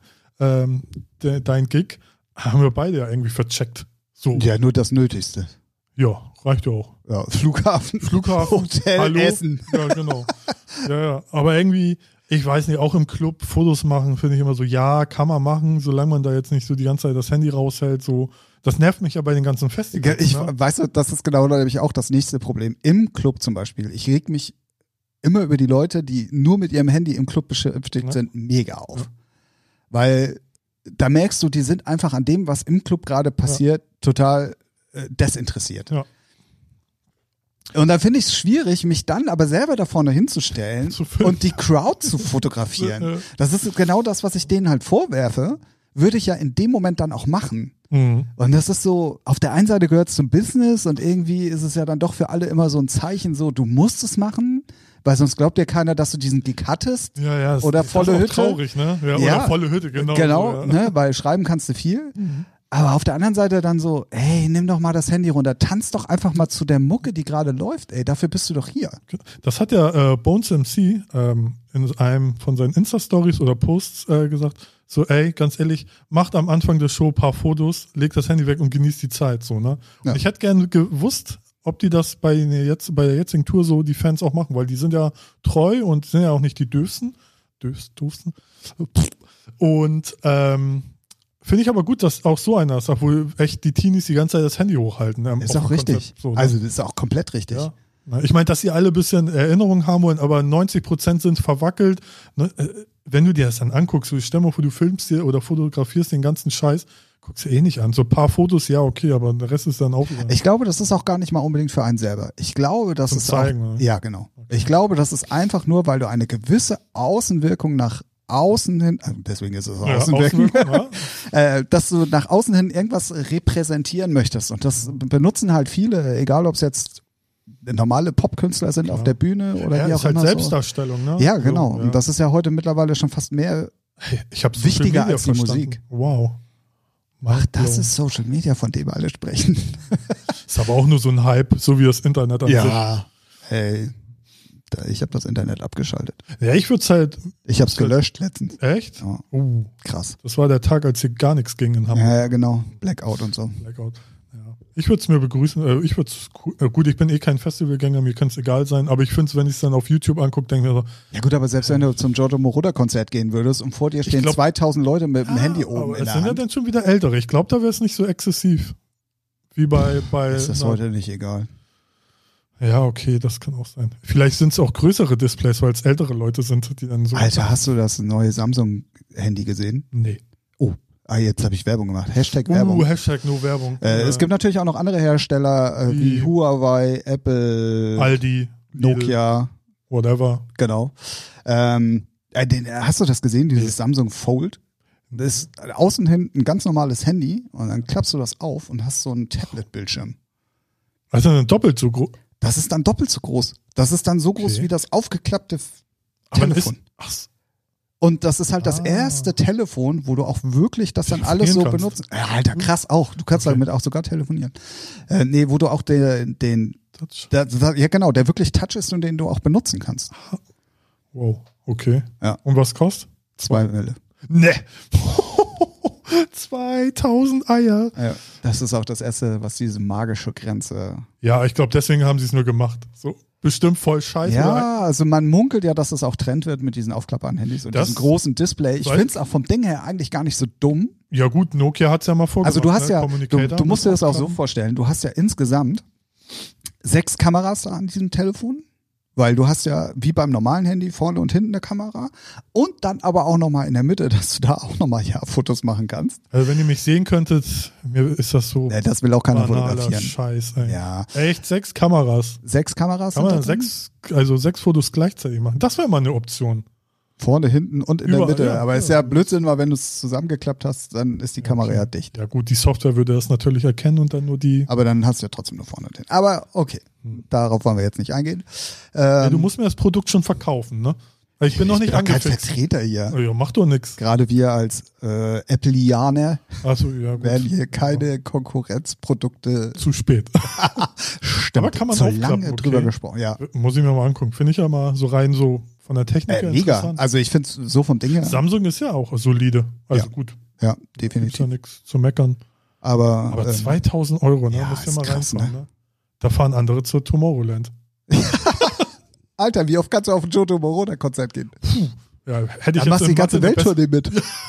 dein Gig, haben wir beide ja irgendwie vercheckt. So. Ja, nur das Nötigste. Ja, reicht ja auch. Ja, Flughafen, Hotel, Hallo? Essen. Ja, genau. Ja. Aber irgendwie, ich weiß nicht, auch im Club Fotos machen, finde ich immer so, ja, kann man machen, solange man da jetzt nicht so die ganze Zeit das Handy raushält, so. Das nervt mich ja bei den ganzen Festivals. Weißt du, das ist genau nämlich auch das nächste Problem. Im Club zum Beispiel. Ich reg mich immer über die Leute, die nur mit ihrem Handy im Club beschäftigt sind, mega auf. Ja. Weil da merkst du, die sind einfach an dem, was im Club gerade passiert, total desinteressiert. Ja. Und dann finde ich es schwierig, mich dann aber selber da vorne hinzustellen und die Crowd zu fotografieren. Das ist genau das, was ich denen halt vorwerfe, würde ich ja in dem Moment dann auch machen. Mhm. Und das ist so, auf der einen Seite gehört es zum Business und irgendwie ist es ja dann doch für alle immer so ein Zeichen so, du musst es machen, weil sonst glaubt dir keiner, dass du diesen Gig hattest. Ja, oder volle Hütte. Traurig, ne? Ja, oder volle Hütte, genau. Genau, so, ne? Weil schreiben kannst du viel. Mhm. Aber auf der anderen Seite dann so, ey, nimm doch mal das Handy runter, tanz doch einfach mal zu der Mucke, die gerade läuft, ey, dafür bist du doch hier. Das hat ja Bones MC in einem von seinen Insta-Stories oder Posts gesagt, so ey, ganz ehrlich, macht am Anfang der Show ein paar Fotos, legt das Handy weg und genießt die Zeit, so, ne? Ja. Und ich hätte gerne gewusst, ob die das bei der jetzigen Tour so die Fans auch machen, weil die sind ja treu und sind ja auch nicht die Döfsten. Und finde ich aber gut, dass auch so einer ist, wo echt die Teenies die ganze Zeit das Handy hochhalten. Ist auch richtig. So, ne? Also das ist auch komplett richtig. Ja. Ich meine, dass sie alle ein bisschen Erinnerungen haben wollen, aber 90% sind verwackelt. Ne? Wenn du dir das dann anguckst, stell mal vor, du filmst dir oder fotografierst den ganzen Scheiß, guckst du eh nicht an. So ein paar Fotos, ja, okay, aber der Rest ist dann auch wieder. Ich glaube, das ist auch gar nicht mal unbedingt für einen selber. Ich glaube, das ist zeigen, auch, ja, genau. Okay. Ich glaube, das ist einfach nur, weil du eine gewisse Außenwirkung nach außen hin, deswegen ist es Außenwirkung, dass du nach außen hin irgendwas repräsentieren möchtest. Und das benutzen halt viele, egal ob es jetzt normale Popkünstler sind auf der Bühne oder wie auch ist halt immer. Selbstdarstellung, ne? Ja, genau. So, ja. Und das ist ja heute mittlerweile schon fast mehr wichtiger als die Musik. Wow. Ach, das ist Social Media, von dem alle sprechen. Ist aber auch nur so ein Hype, so wie das Internet an sich. Ja, hey. Ich habe das Internet abgeschaltet. Ja, ich würde es halt... Ich habe es gelöscht letztens. Echt? Ja. Krass. Das war der Tag, als hier gar nichts ging in Hamburg. Ja, genau. Blackout und so. Blackout, ja. Ich würde es mir begrüßen. Ich würde es gut, ich bin eh kein Festivalgänger, mir kann es egal sein, aber ich finde es, wenn ich es dann auf YouTube angucke, denke ich mir so... Ja gut, aber selbst wenn du zum Giorgio Moroder-Konzert gehen würdest und vor dir stehen 2000 Leute mit dem Handy oben in der Hand. Das sind ja dann schon wieder Ältere. Ich glaube, da wäre es nicht so exzessiv. Wie bei... Ist das heute nicht egal? Ja, okay, das kann auch sein. Vielleicht sind es auch größere Displays, weil es ältere Leute sind, die dann so... Alter, hast du das neue Samsung-Handy gesehen? Nee. Oh, jetzt habe ich Werbung gemacht. Hashtag Werbung. Hashtag nur Werbung. Es gibt natürlich auch noch andere Hersteller wie Huawei, Apple, Aldi, Nokia. Whatever. Genau. Hast du das gesehen, dieses Samsung Fold? Das ist außen hin ein ganz normales Handy und dann klappst du das auf und hast so einen Tablet-Bildschirm. Also dann doppelt so groß. Das ist dann doppelt so groß. Das ist dann so groß wie das aufgeklappte Telefon. Und das ist halt das erste Telefon, wo du auch wirklich das dann alles so benutzt. Ja, Alter, krass auch. Du kannst damit auch sogar telefonieren. Wo du auch den ja genau, der wirklich Touch ist und den du auch benutzen kannst. Wow, okay. Ja. Und was kostet? 2 Mille. Ne. 2000 Eier. Ja, das ist auch das Erste, was diese magische Grenze... Ja, ich glaube, deswegen haben sie es nur gemacht. So bestimmt voll scheiße. Ja, also man munkelt ja, dass es auch Trend wird mit diesen aufklappbaren Handys und diesem großen Display. Ich finde es auch vom Ding her eigentlich gar nicht so dumm. Ja gut, Nokia hat es ja mal vorgemacht. Also du hast du musst dir das auch so vorstellen, du hast ja insgesamt 6 Kameras da an diesem Telefon. Weil du hast ja wie beim normalen Handy vorne und hinten eine Kamera und dann aber auch nochmal in der Mitte, dass du da auch nochmal Fotos machen kannst. Also wenn ihr mich sehen könntet, mir ist das so. Nee, das will auch keiner fotografieren. Scheiß, ey. Ja. Echt, 6 Kameras. 6 Kameras? Kann man 6 Fotos gleichzeitig machen? Das wäre mal eine Option. Vorne, hinten und in Überall, der Mitte. Ja, aber ist ja Blödsinn, weil wenn du es zusammengeklappt hast, dann ist die Kamera ja dicht. Ja gut, die Software würde das natürlich erkennen und dann nur die... Aber dann hast du ja trotzdem nur vorne und hinten. Aber okay, darauf wollen wir jetzt nicht eingehen. Ja, du musst mir das Produkt schon verkaufen, ne? Weil ich bin noch nicht angefixt. Kein Vertreter hier. Ja, mach doch nix. Gerade wir als Appleianer werden hier keine Konkurrenzprodukte... Zu spät. Stimmt, aber kann man so aufklappen, lange drüber gesprochen. Ja. Muss ich mir mal angucken. Finde ich ja mal so rein so von der Technik her mega. interessant. Also ich finde es so vom Ding her. Samsung ist ja auch solide. Also gut. Ja, definitiv. Ist ja nichts zu meckern. Aber 2000 Euro, ne? Ja, Muss ja mal krass, reinfahren, ne? Da fahren andere zur Tomorrowland. Alter, wie oft kannst du auf ein Giorgio Moroder-Konzert gehen? Ja, hätte ich dann machst du die ganze Welttournee mit.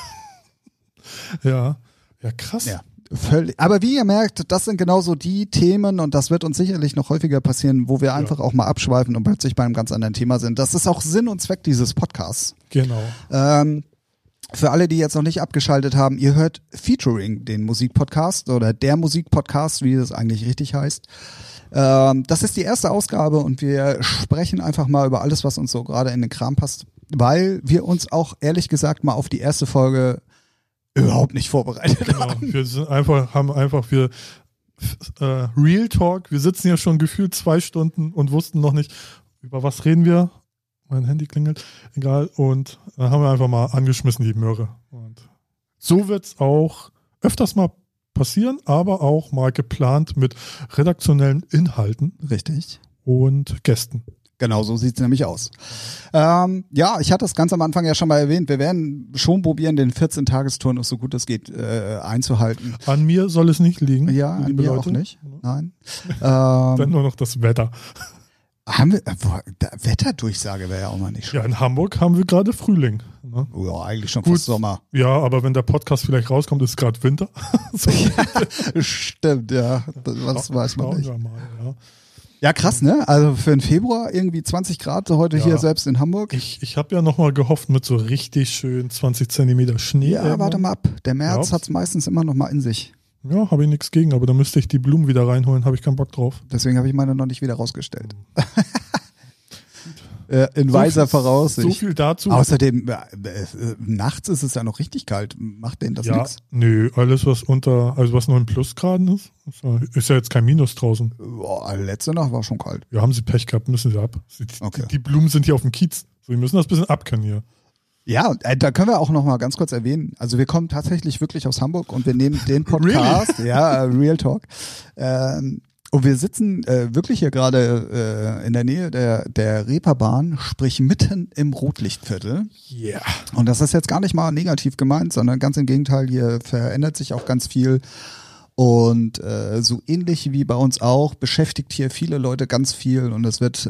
Ja, krass. Ja. Völlig. Aber wie ihr merkt, das sind genauso die Themen und das wird uns sicherlich noch häufiger passieren, wo wir einfach auch mal abschweifen und plötzlich bei einem ganz anderen Thema sind. Das ist auch Sinn und Zweck dieses Podcasts. Genau. Für alle, die jetzt noch nicht abgeschaltet haben, ihr hört Featuring, den Musikpodcast oder der Musikpodcast, wie das eigentlich richtig heißt. Das ist die erste Ausgabe und wir sprechen einfach mal über alles, was uns so gerade in den Kram passt, weil wir uns auch ehrlich gesagt mal auf die erste Folge überhaupt nicht vorbereitet haben. Wir sind haben einfach Real Talk. Wir sitzen hier schon gefühlt 2 Stunden und wussten noch nicht, über was reden wir. Mein Handy klingelt, egal. Und dann haben wir einfach mal angeschmissen, die Möhre. Und so wird es auch öfters mal passieren, aber auch mal geplant mit redaktionellen Inhalten. Richtig. Und Gästen. Genau, so sieht es nämlich aus. Ja, ich hatte es ganz am Anfang ja schon mal erwähnt, wir werden schon probieren, den 14-Tagesturnus so gut es geht einzuhalten. An mir soll es nicht liegen. Ja, an mir Leute. auch nicht. Nein. Dann nur noch das Wetter. Haben wir, Wetterdurchsage wäre ja auch mal nicht schlecht. Ja, in Hamburg haben wir gerade Frühling. Ne? Ja, eigentlich schon Gut. fast Sommer. Ja, aber wenn der Podcast vielleicht rauskommt, ist es gerade Winter. So. Stimmt, ja. Das weiß man nicht. Schauen wir mal, ja. Ja, krass, ne? Also für den Februar irgendwie 20 Grad, so heute hier selbst in Hamburg. Ich habe ja nochmal gehofft mit so richtig schön 20 Zentimeter Schnee. Ja, warte mal ab. Der März Ja. hat es meistens immer noch mal in sich. Ja, habe ich nichts gegen, aber da müsste ich die Blumen wieder reinholen, habe ich keinen Bock drauf. Deswegen habe ich meine noch nicht wieder rausgestellt. In weiser Voraussicht. So viel dazu. Außerdem, nachts ist es ja noch richtig kalt. Macht denen das Ja, nichts? nö, alles was was nur in Plusgraden ist ja jetzt kein Minus draußen. Boah, letzte Nacht war schon kalt. Ja, haben sie Pech gehabt, müssen sie ab. Okay. Die Blumen sind hier auf dem Kiez. So, die müssen das ein bisschen abkennen hier. Ja, da können wir auch noch mal ganz kurz erwähnen. Also wir kommen tatsächlich wirklich aus Hamburg und wir nehmen den Podcast, ja, Real Talk. Und wir sitzen wirklich hier gerade in der Nähe der Reeperbahn, sprich mitten im Rotlichtviertel. Yeah. Und das ist jetzt gar nicht mal negativ gemeint, sondern ganz im Gegenteil, hier verändert sich auch ganz viel. Und so ähnlich wie bei uns auch, beschäftigt hier viele Leute ganz viel und es wird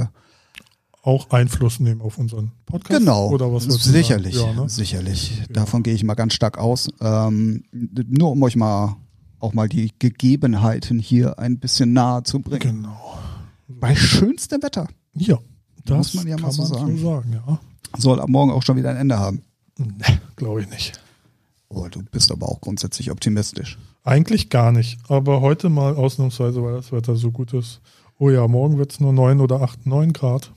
auch Einfluss nehmen auf unseren Podcast? Genau, oder was sicherlich, ja, ne? sicherlich. Ja. Davon gehe ich mal ganz stark aus. Nur um euch auch mal die Gegebenheiten hier ein bisschen nahe zu bringen. Genau. Bei schönstem Wetter. Ja, das Muss man ja mal so sagen. Ja. Soll ab morgen auch schon wieder ein Ende haben. Nee, glaube ich nicht. Oh, du bist aber auch grundsätzlich optimistisch. Eigentlich gar nicht, aber heute mal ausnahmsweise, weil das Wetter so gut ist. Oh ja, morgen wird es nur 9 oder 8, 9 Grad.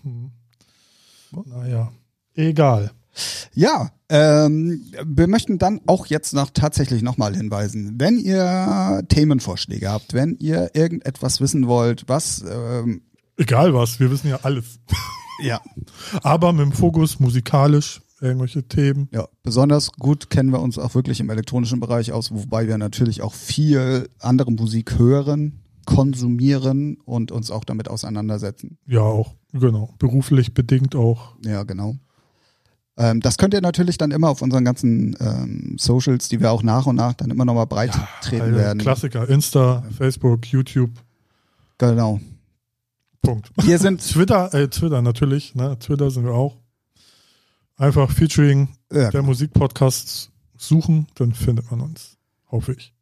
Naja, egal. Ja, wir möchten dann auch jetzt tatsächlich nochmal hinweisen, wenn ihr Themenvorschläge habt, wenn ihr irgendetwas wissen wollt, was... Egal was, wir wissen ja alles. Ja. Aber mit dem Fokus musikalisch, irgendwelche Themen. Ja, besonders gut kennen wir uns auch wirklich im elektronischen Bereich aus, wobei wir natürlich auch viel andere Musik hören, konsumieren und uns auch damit auseinandersetzen. Ja, auch, genau. Beruflich bedingt auch. Ja, genau. Das könnt ihr natürlich dann immer auf unseren ganzen Socials, die wir auch nach und nach dann immer nochmal breit treten werden. Klassiker, Insta, Facebook, YouTube. Genau. Punkt. Wir sind Twitter natürlich, ne? Twitter sind wir auch. Einfach Featuring der Musikpodcasts suchen, dann findet man uns. Hoffe ich.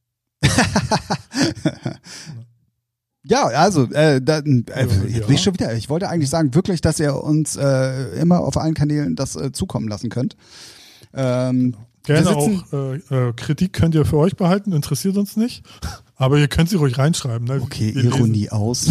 Ja, also, ich schon wieder. Ich wollte eigentlich sagen, wirklich, dass ihr uns immer auf allen Kanälen das zukommen lassen könnt. Gerne auch Kritik könnt ihr für euch behalten, interessiert uns nicht. Aber ihr könnt sie ruhig reinschreiben. Ne? Okay, Ironie aus.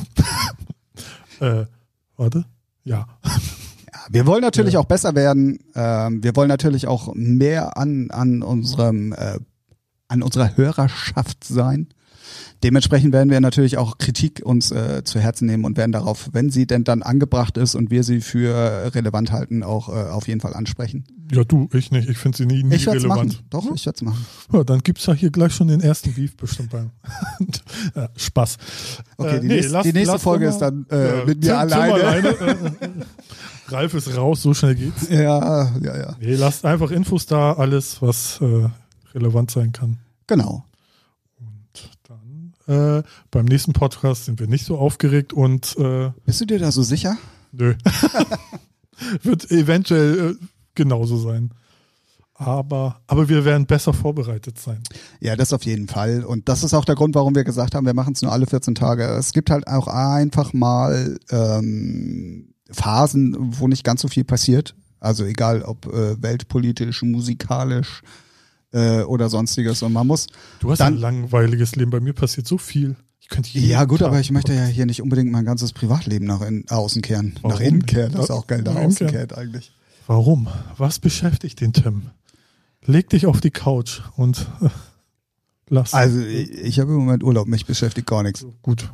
Warte. Ja. Wir wollen natürlich auch besser werden. Wir wollen natürlich auch mehr an unserer Hörerschaft sein. Dementsprechend werden wir natürlich auch Kritik uns zu Herzen nehmen und werden darauf, wenn sie denn dann angebracht ist und wir sie für relevant halten, auch auf jeden Fall ansprechen. Ja, ich nicht. Ich finde sie nie ich relevant. Machen. Doch, ich werde es machen. Ja, dann gibt es ja hier gleich schon den ersten Beef bestimmt beim Spaß. Okay, die nächste Folge ist dann mit mir alleine. Ralf ist raus, so schnell geht's. Ja. Nee, lasst einfach Infos da, alles, was relevant sein kann. Genau. Und dann beim nächsten Podcast sind wir nicht so aufgeregt und bist du dir da so sicher? Nö. Wird eventuell genauso sein. Aber wir werden besser vorbereitet sein. Ja, das auf jeden Fall. Und das ist auch der Grund, warum wir gesagt haben, wir machen es nur alle 14 Tage. Es gibt halt auch einfach mal Phasen, wo nicht ganz so viel passiert. Also egal, ob weltpolitisch, musikalisch oder sonstiges. Und man muss. Du hast ein langweiliges Leben. Bei mir passiert so viel. Ja gut, aber ich möchte ja hier nicht unbedingt mein ganzes Privatleben nach außen kehren. Warum? Nach innen kehren, das ist auch geil. Nach außen kehrt eigentlich. Warum? Was beschäftigt den Tim? Leg dich auf die Couch und lass. Also ich habe im Moment Urlaub, mich beschäftigt gar nichts. Gut.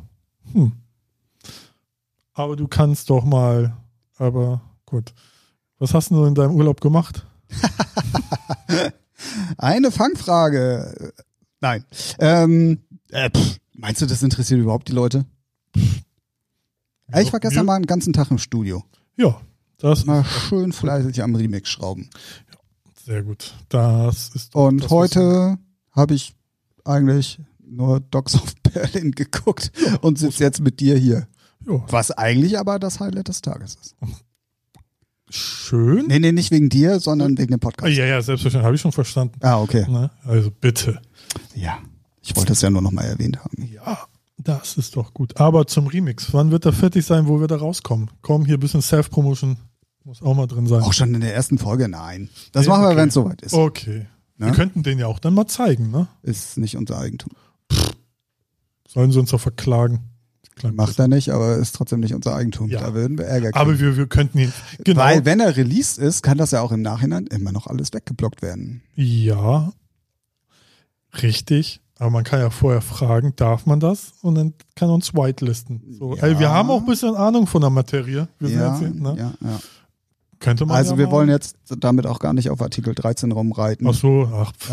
Aber du kannst doch mal, aber gut. Was hast du in deinem Urlaub gemacht? Eine Fangfrage. Nein. Meinst du, das interessiert überhaupt die Leute? Ich war gestern mal einen ganzen Tag im Studio. Ja. Das mal schön fleißig am Remix schrauben. Ja, sehr gut. Das ist und das, heute habe ich eigentlich nur Dogs of Berlin geguckt und sitze jetzt mit dir hier. Jo. Was eigentlich aber das Highlight des Tages ist. Schön. Nee, nicht wegen dir, sondern wegen dem Podcast. Ja, selbstverständlich. Habe ich schon verstanden. Ah, okay. Na, also bitte. Ja, ich wollte es ja nur noch mal erwähnt haben. Ja, das ist doch gut. Aber zum Remix, wann wird er fertig sein, wo wir da rauskommen? Komm, hier ein bisschen Self-Promotion muss auch mal drin sein. Auch schon in der ersten Folge? Nein. Das machen wir, wenn es soweit ist. Okay. Ne? Wir könnten den ja auch dann mal zeigen, ne? Ist nicht unser Eigentum. Sollen sie uns doch verklagen? Macht er nicht, aber ist trotzdem nicht unser Eigentum. Ja. Da würden wir Ärger kriegen. Aber wir könnten ihn, genau. Weil wenn er released ist, kann das ja auch im Nachhinein immer noch alles weggeblockt werden. Ja, richtig. Aber man kann ja vorher fragen, darf man das? Und dann kann er uns whitelisten. So, ja. Wir haben auch ein bisschen Ahnung von der Materie. Wir ja, sind jetzt, ne? ja. Könnte man also wir wollen jetzt damit auch gar nicht auf Artikel 13 rumreiten. Ach so,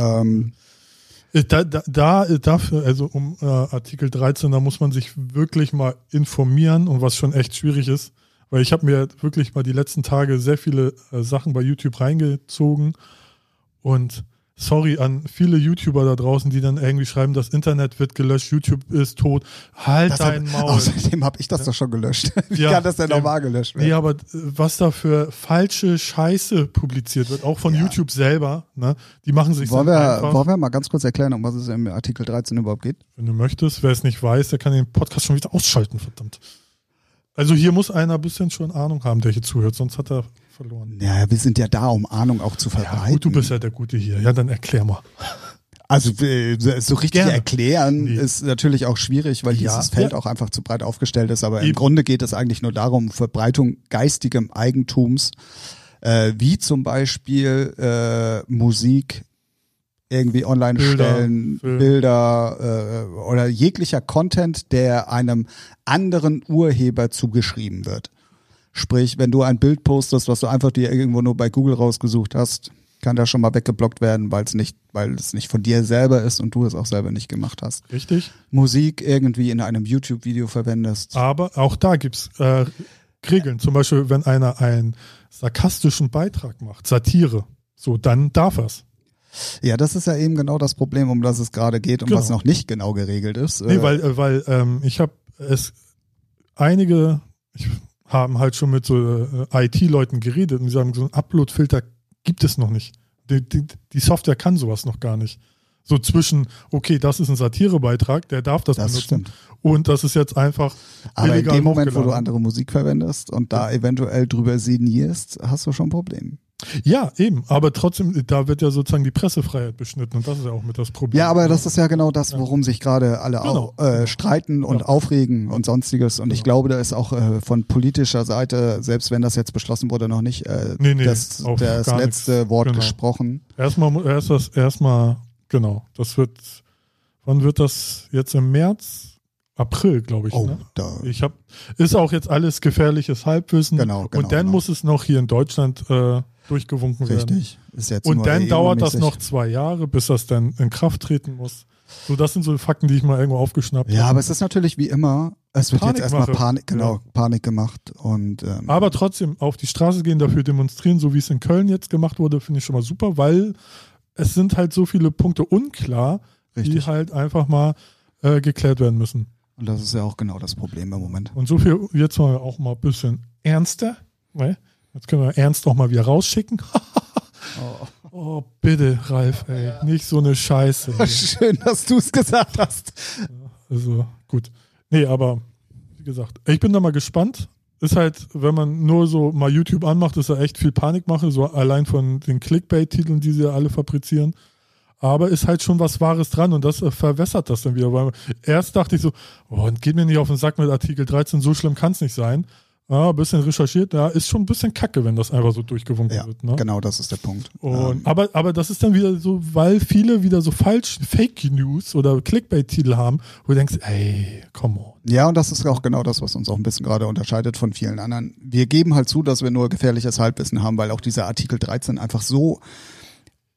dafür, also um Artikel 13, da muss man sich wirklich mal informieren und was schon echt schwierig ist, weil ich habe mir wirklich mal die letzten Tage sehr viele Sachen bei YouTube reingezogen und sorry an viele YouTuber da draußen, die dann irgendwie schreiben, das Internet wird gelöscht, YouTube ist tot. Halt dein Maul. Außerdem habe ich das doch schon gelöscht. Wie kann das denn nochmal gelöscht werden? Nee, aber was da für falsche Scheiße publiziert wird, auch von YouTube selber, ne? Die machen sich wollen wir mal ganz kurz erklären, um was es im Artikel 13 überhaupt geht? Wenn du möchtest, wer es nicht weiß, der kann den Podcast schon wieder ausschalten, verdammt. Also hier muss einer ein bisschen schon Ahnung haben, der hier zuhört, sonst hat er verloren. Ja, wir sind ja da, um Ahnung auch zu verbreiten. Ja, gut, du bist ja der Gute hier. Ja, dann erklär mal. Also so richtig erklären ist natürlich auch schwierig, weil dieses Feld auch einfach zu breit aufgestellt ist. Aber im Grunde geht es eigentlich nur darum, Verbreitung geistigem Eigentums, wie zum Beispiel Musik, irgendwie online stellen, Bilder oder jeglicher Content, der einem anderen Urheber zugeschrieben wird. Sprich, wenn du ein Bild postest, was du einfach dir irgendwo nur bei Google rausgesucht hast, kann das schon mal weggeblockt werden, weil es nicht von dir selber ist und du es auch selber nicht gemacht hast. Richtig. Musik irgendwie in einem YouTube-Video verwendest. Aber auch da gibt's Regeln. Zum Beispiel, wenn einer einen sarkastischen Beitrag macht, Satire, so, dann darf er's. Ja, das ist ja eben genau das Problem, um das es gerade geht und was noch nicht genau geregelt ist. Nee, weil ich habe einige haben halt schon mit so IT-Leuten geredet und die sagen, so ein Upload-Filter gibt es noch nicht. Die Software kann sowas noch gar nicht. So zwischen, okay, das ist ein Satirebeitrag, der darf das benutzen. Stimmt. Und das ist jetzt einfach aber in dem Moment, wo du andere Musik verwendest und da eventuell drüber signierst, hast du schon ein Problem. Ja, eben, aber trotzdem, da wird ja sozusagen die Pressefreiheit beschnitten und das ist ja auch mit das Problem. Ja, aber das ist ja genau das, worum sich gerade alle streiten und aufregen und sonstiges und ich glaube, da ist auch von politischer Seite, selbst wenn das jetzt beschlossen wurde, noch nicht das letzte Wort gesprochen. Erstmal, genau, wann wird das jetzt im März? April, glaube ich. Oh, ne? Ist auch jetzt alles gefährliches Halbwissen. Genau, und dann muss es noch hier in Deutschland durchgewunken werden. Richtig. Ist jetzt und dann dauert das noch 2 Jahre, bis das dann in Kraft treten muss. So, das sind so Fakten, die ich mal irgendwo aufgeschnappt habe. Ja, aber es ist natürlich wie immer, es wird jetzt erstmal Panik gemacht. Und, aber trotzdem auf die Straße gehen, dafür demonstrieren, so wie es in Köln jetzt gemacht wurde, finde ich schon mal super, weil es sind halt so viele Punkte unklar, die halt einfach mal geklärt werden müssen. Und das ist ja auch genau das Problem im Moment. Und so viel, jetzt mal auch mal ein bisschen ernster. Ne? Jetzt können wir Ernst noch mal wieder rausschicken. Oh, bitte, Ralf, ey. Nicht so eine Scheiße. Schön, dass du es gesagt hast. Also, gut. Nee, aber, wie gesagt, ich bin da mal gespannt. Ist halt, wenn man nur so mal YouTube anmacht, ist da echt viel Panikmache, so allein von den Clickbait-Titeln, die sie ja alle fabrizieren. Aber ist halt schon was Wahres dran und das verwässert das dann wieder. Weil erst dachte ich so, geht mir nicht auf den Sack mit Artikel 13, so schlimm kann es nicht sein. Ja, ein bisschen recherchiert, ja, ist schon ein bisschen kacke, wenn das einfach so durchgewunken wird. Ne? Genau, das ist der Punkt. Und, aber das ist dann wieder so, weil viele wieder so falsch Fake News oder Clickbait-Titel haben, wo du denkst, ey, come on. Ja, und das ist auch genau das, was uns auch ein bisschen gerade unterscheidet von vielen anderen. Wir geben halt zu, dass wir nur gefährliches Halbwissen haben, weil auch dieser Artikel 13 einfach so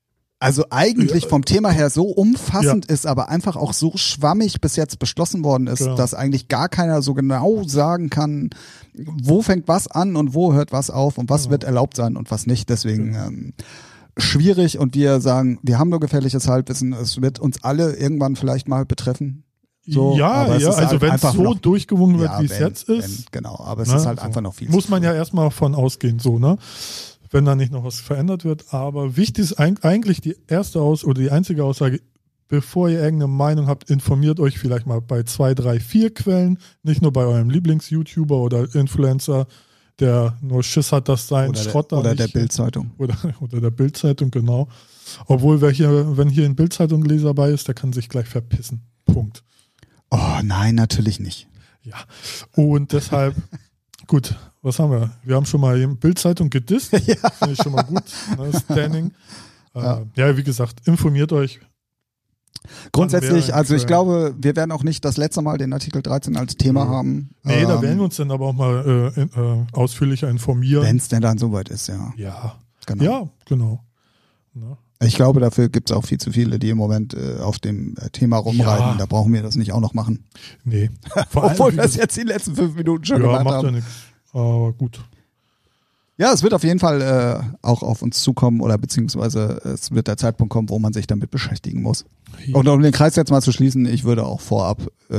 Also eigentlich vom Thema her so umfassend ist, aber einfach auch so schwammig bis jetzt beschlossen worden ist, dass eigentlich gar keiner so genau sagen kann, wo fängt was an und wo hört was auf und was wird erlaubt sein und was nicht. Deswegen schwierig, und wir sagen, wir haben nur gefährliches Halbwissen, es wird uns alle irgendwann vielleicht mal betreffen. So, also halt wenn es so durchgewungen wird, wie es jetzt ist. Genau, aber es ist halt einfach noch viel. Muss man ja erstmal von ausgehen, so, ne? Wenn da nicht noch was verändert wird. Aber wichtig ist eigentlich die einzige Aussage, bevor ihr irgendeine Meinung habt, informiert euch vielleicht mal bei 2, 3, 4 Quellen, nicht nur bei eurem Lieblings-YouTuber oder Influencer, der nur Schiss hat, dass sein Schrott da oder der Bild-Zeitung. Oder der Bild-Zeitung, genau. Obwohl, wenn hier ein Bild-Zeitung-Leser dabei ist, der kann sich gleich verpissen. Punkt. Oh nein, natürlich nicht. Ja, und deshalb, gut, was haben wir? Wir haben schon mal die Bild-Zeitung gedisst. Ja. Finde ich schon mal gut. Ne? Standing. Ja, wie gesagt, informiert euch. Grundsätzlich, also ich glaube, wir werden auch nicht das letzte Mal den Artikel 13 als Thema haben. Nee, da werden wir uns dann aber auch mal ausführlicher informieren. Wenn es denn dann soweit ist, ja. Ja, genau. Ja, genau. Ne? Ich glaube, dafür gibt es auch viel zu viele, die im Moment auf dem Thema rumreiten. Ja. Da brauchen wir das nicht auch noch machen. Nee. Obwohl wir es jetzt die letzten 5 Minuten schon gemacht haben. Ja, macht ja nichts. Aber gut. Ja, es wird auf jeden Fall auch auf uns zukommen, oder beziehungsweise es wird der Zeitpunkt kommen, wo man sich damit beschäftigen muss. Ja. Und um den Kreis jetzt mal zu schließen, ich würde auch vorab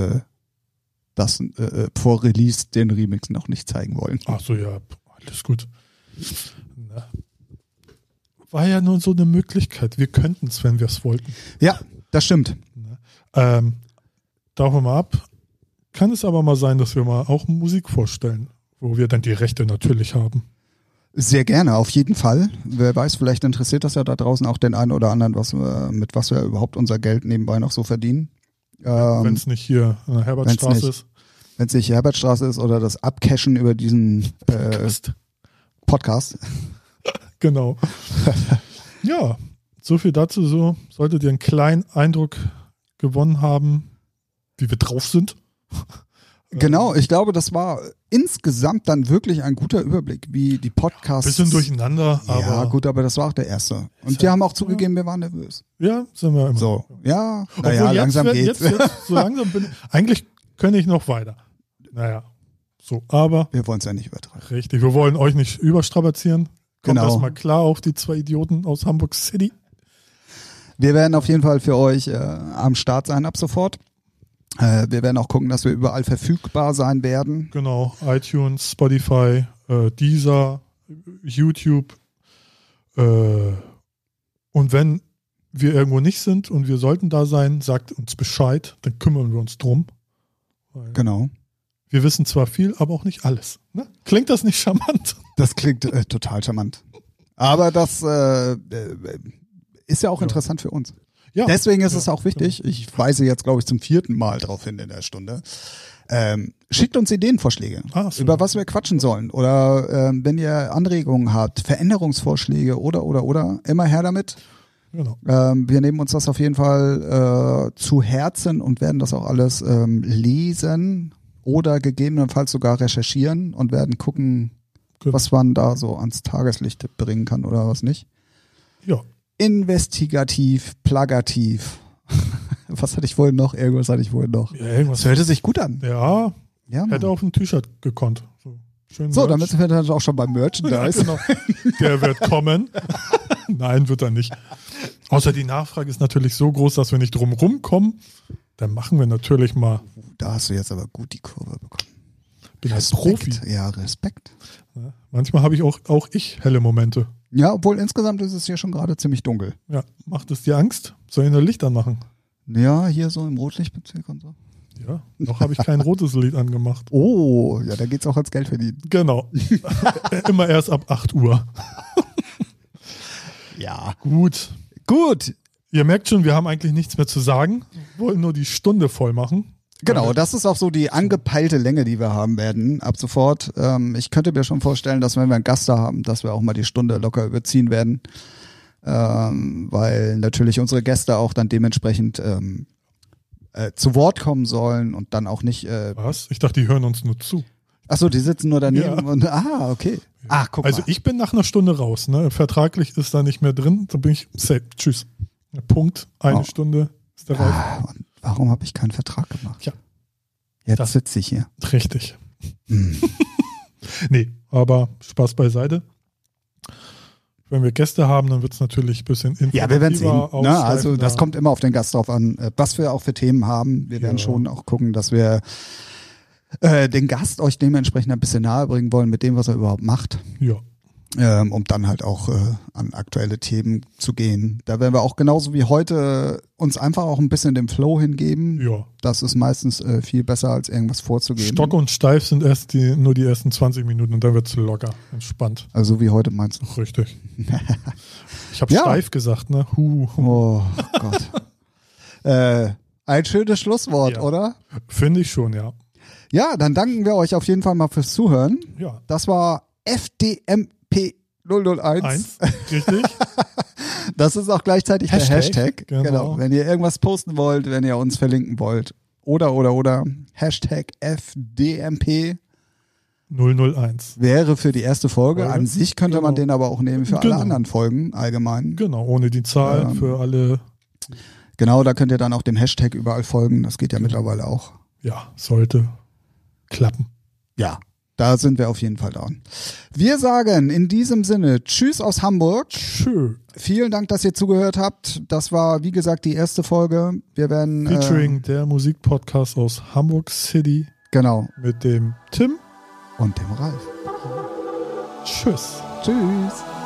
vor Release den Remix noch nicht zeigen wollen. Ach so, ja, alles gut. Na. War ja nur so eine Möglichkeit. Wir könnten es, wenn wir es wollten. Ja, das stimmt. Davon mal ab. Kann es aber mal sein, dass wir mal auch Musik vorstellen, wo wir dann die Rechte natürlich haben. Sehr gerne, auf jeden Fall. Wer weiß, vielleicht interessiert das ja da draußen auch den einen oder anderen, mit was wir überhaupt unser Geld nebenbei noch so verdienen. Wenn es nicht hier an der Herbertstraße ist. Wenn es nicht Herbertstraße ist oder das Abcashen über diesen Podcast. Genau. Ja, so viel dazu. So solltet ihr einen kleinen Eindruck gewonnen haben, wie wir drauf sind. Genau, ich glaube, das war insgesamt dann wirklich ein guter Überblick, wie die Podcasts. Bisschen durcheinander, aber. Ja, gut, aber das war auch der erste. Und die haben auch zugegeben, wir waren nervös. Ja, sind wir immer. So, ja, naja, langsam geht's. Jetzt, so langsam eigentlich könnte ich noch weiter. Naja, so, aber. Wir wollen es ja nicht übertreiben. Richtig, wir wollen euch nicht überstrapazieren. Kommt genau. erstmal klar auf die 2 Idioten aus Hamburg City. Wir werden auf jeden Fall für euch am Start sein ab sofort. Wir werden auch gucken, dass wir überall verfügbar sein werden. Genau, iTunes, Spotify, Deezer, YouTube. Und wenn wir irgendwo nicht sind und wir sollten da sein, sagt uns Bescheid, dann kümmern wir uns drum. Genau. Wir wissen zwar viel, aber auch nicht alles. Ne? Klingt das nicht charmant? Das klingt total charmant. Aber das ist ja auch interessant für uns. Ja, deswegen ist es auch wichtig, ich weise jetzt, glaube ich, zum 4. Mal drauf hin in der Stunde, schickt uns Ideenvorschläge, über was wir quatschen sollen. Oder wenn ihr Anregungen habt, Veränderungsvorschläge oder, immer her damit. Genau. Wir nehmen uns das auf jeden Fall zu Herzen und werden das auch alles lesen oder gegebenenfalls sogar recherchieren und werden gucken, was man da so ans Tageslicht bringen kann oder was nicht. Ja. Investigativ, plagativ. Was hatte ich vorhin noch? Irgendwas hatte ich vorhin noch. Ja, irgendwas. Das hörte sich gut an. Ja, Mann. Hätte auf ein T-Shirt gekonnt. So, damit sind wir dann auch schon beim Merchandise. Ja, genau. Der wird kommen. Nein, wird er nicht. Außer die Nachfrage ist natürlich so groß, dass wir nicht drum rumkommen. Dann machen wir natürlich mal. Da hast du jetzt aber gut die Kurve bekommen. Bin ein Profi. Ja, Respekt. Ja, manchmal habe ich auch helle Momente. Ja, obwohl insgesamt ist es hier schon gerade ziemlich dunkel. Ja, macht es dir Angst? Soll ich ein Licht anmachen? Ja, hier so im Rotlichtbezirk und so. Ja, noch habe ich kein rotes Licht angemacht. Oh, ja, da geht's auch ans Geld verdienen. Genau. Immer erst ab 8 Uhr. Ja. Gut. Ihr merkt schon, wir haben eigentlich nichts mehr zu sagen. Wollen nur die Stunde voll machen. Genau, das ist auch so die angepeilte Länge, die wir haben werden ab sofort. Ich könnte mir schon vorstellen, dass wenn wir einen Gast da haben, dass wir auch mal die Stunde locker überziehen werden. Weil natürlich unsere Gäste auch dann dementsprechend zu Wort kommen sollen und dann auch nicht... Was? Ich dachte, die hören uns nur zu. Achso, die sitzen nur daneben Ja. und... okay. Guck Also mal. ich bin nach einer Stunde raus. Ne? Vertraglich ist da nicht mehr drin. Da bin ich safe. Tschüss. Punkt, eine Stunde ist der Ralf. Und warum habe ich keinen Vertrag gemacht? Ja. Jetzt sitze ich hier. Richtig. Nee, aber Spaß beiseite. Wenn wir Gäste haben, dann wird es natürlich ein bisschen informativer. Ja, wir werden sehen. Ne? Also das kommt immer auf den Gast drauf an, was wir auch für Themen haben. Wir werden schon auch gucken, dass wir den Gast euch dementsprechend ein bisschen nahe bringen wollen mit dem, was er überhaupt macht. Ja. Um dann halt auch an aktuelle Themen zu gehen. Da werden wir auch genauso wie heute uns einfach auch ein bisschen dem Flow hingeben. Ja. Das ist meistens viel besser, als irgendwas vorzugeben. Stock und steif sind nur die ersten 20 Minuten und dann wird es locker, entspannt. Also wie heute meinst du? Richtig. Ich habe steif gesagt, ne? Oh Gott. Ein schönes Schlusswort, oder? Finde ich schon, ja. Ja, dann danken wir euch auf jeden Fall mal fürs Zuhören. Ja. Das war FDMP 001. Richtig. Das ist auch gleichzeitig der Hashtag. Genau. Wenn ihr irgendwas posten wollt, wenn ihr uns verlinken wollt. Oder. Hashtag FDMP 001. wäre für die erste Folge. An sich könnte man den aber auch nehmen für alle anderen Folgen allgemein. Genau, ohne die Zahl für alle. Genau, da könnt ihr dann auch dem Hashtag überall folgen. Das geht ja mittlerweile auch. Ja, sollte klappen. Ja. Da sind wir auf jeden Fall dran. Wir sagen in diesem Sinne Tschüss aus Hamburg. Tschö. Vielen Dank, dass ihr zugehört habt. Das war, wie gesagt, die erste Folge. Wir werden Featuring der Musikpodcast aus Hamburg City. Genau. Mit dem Tim und dem Ralf. Tschüss. Tschüss.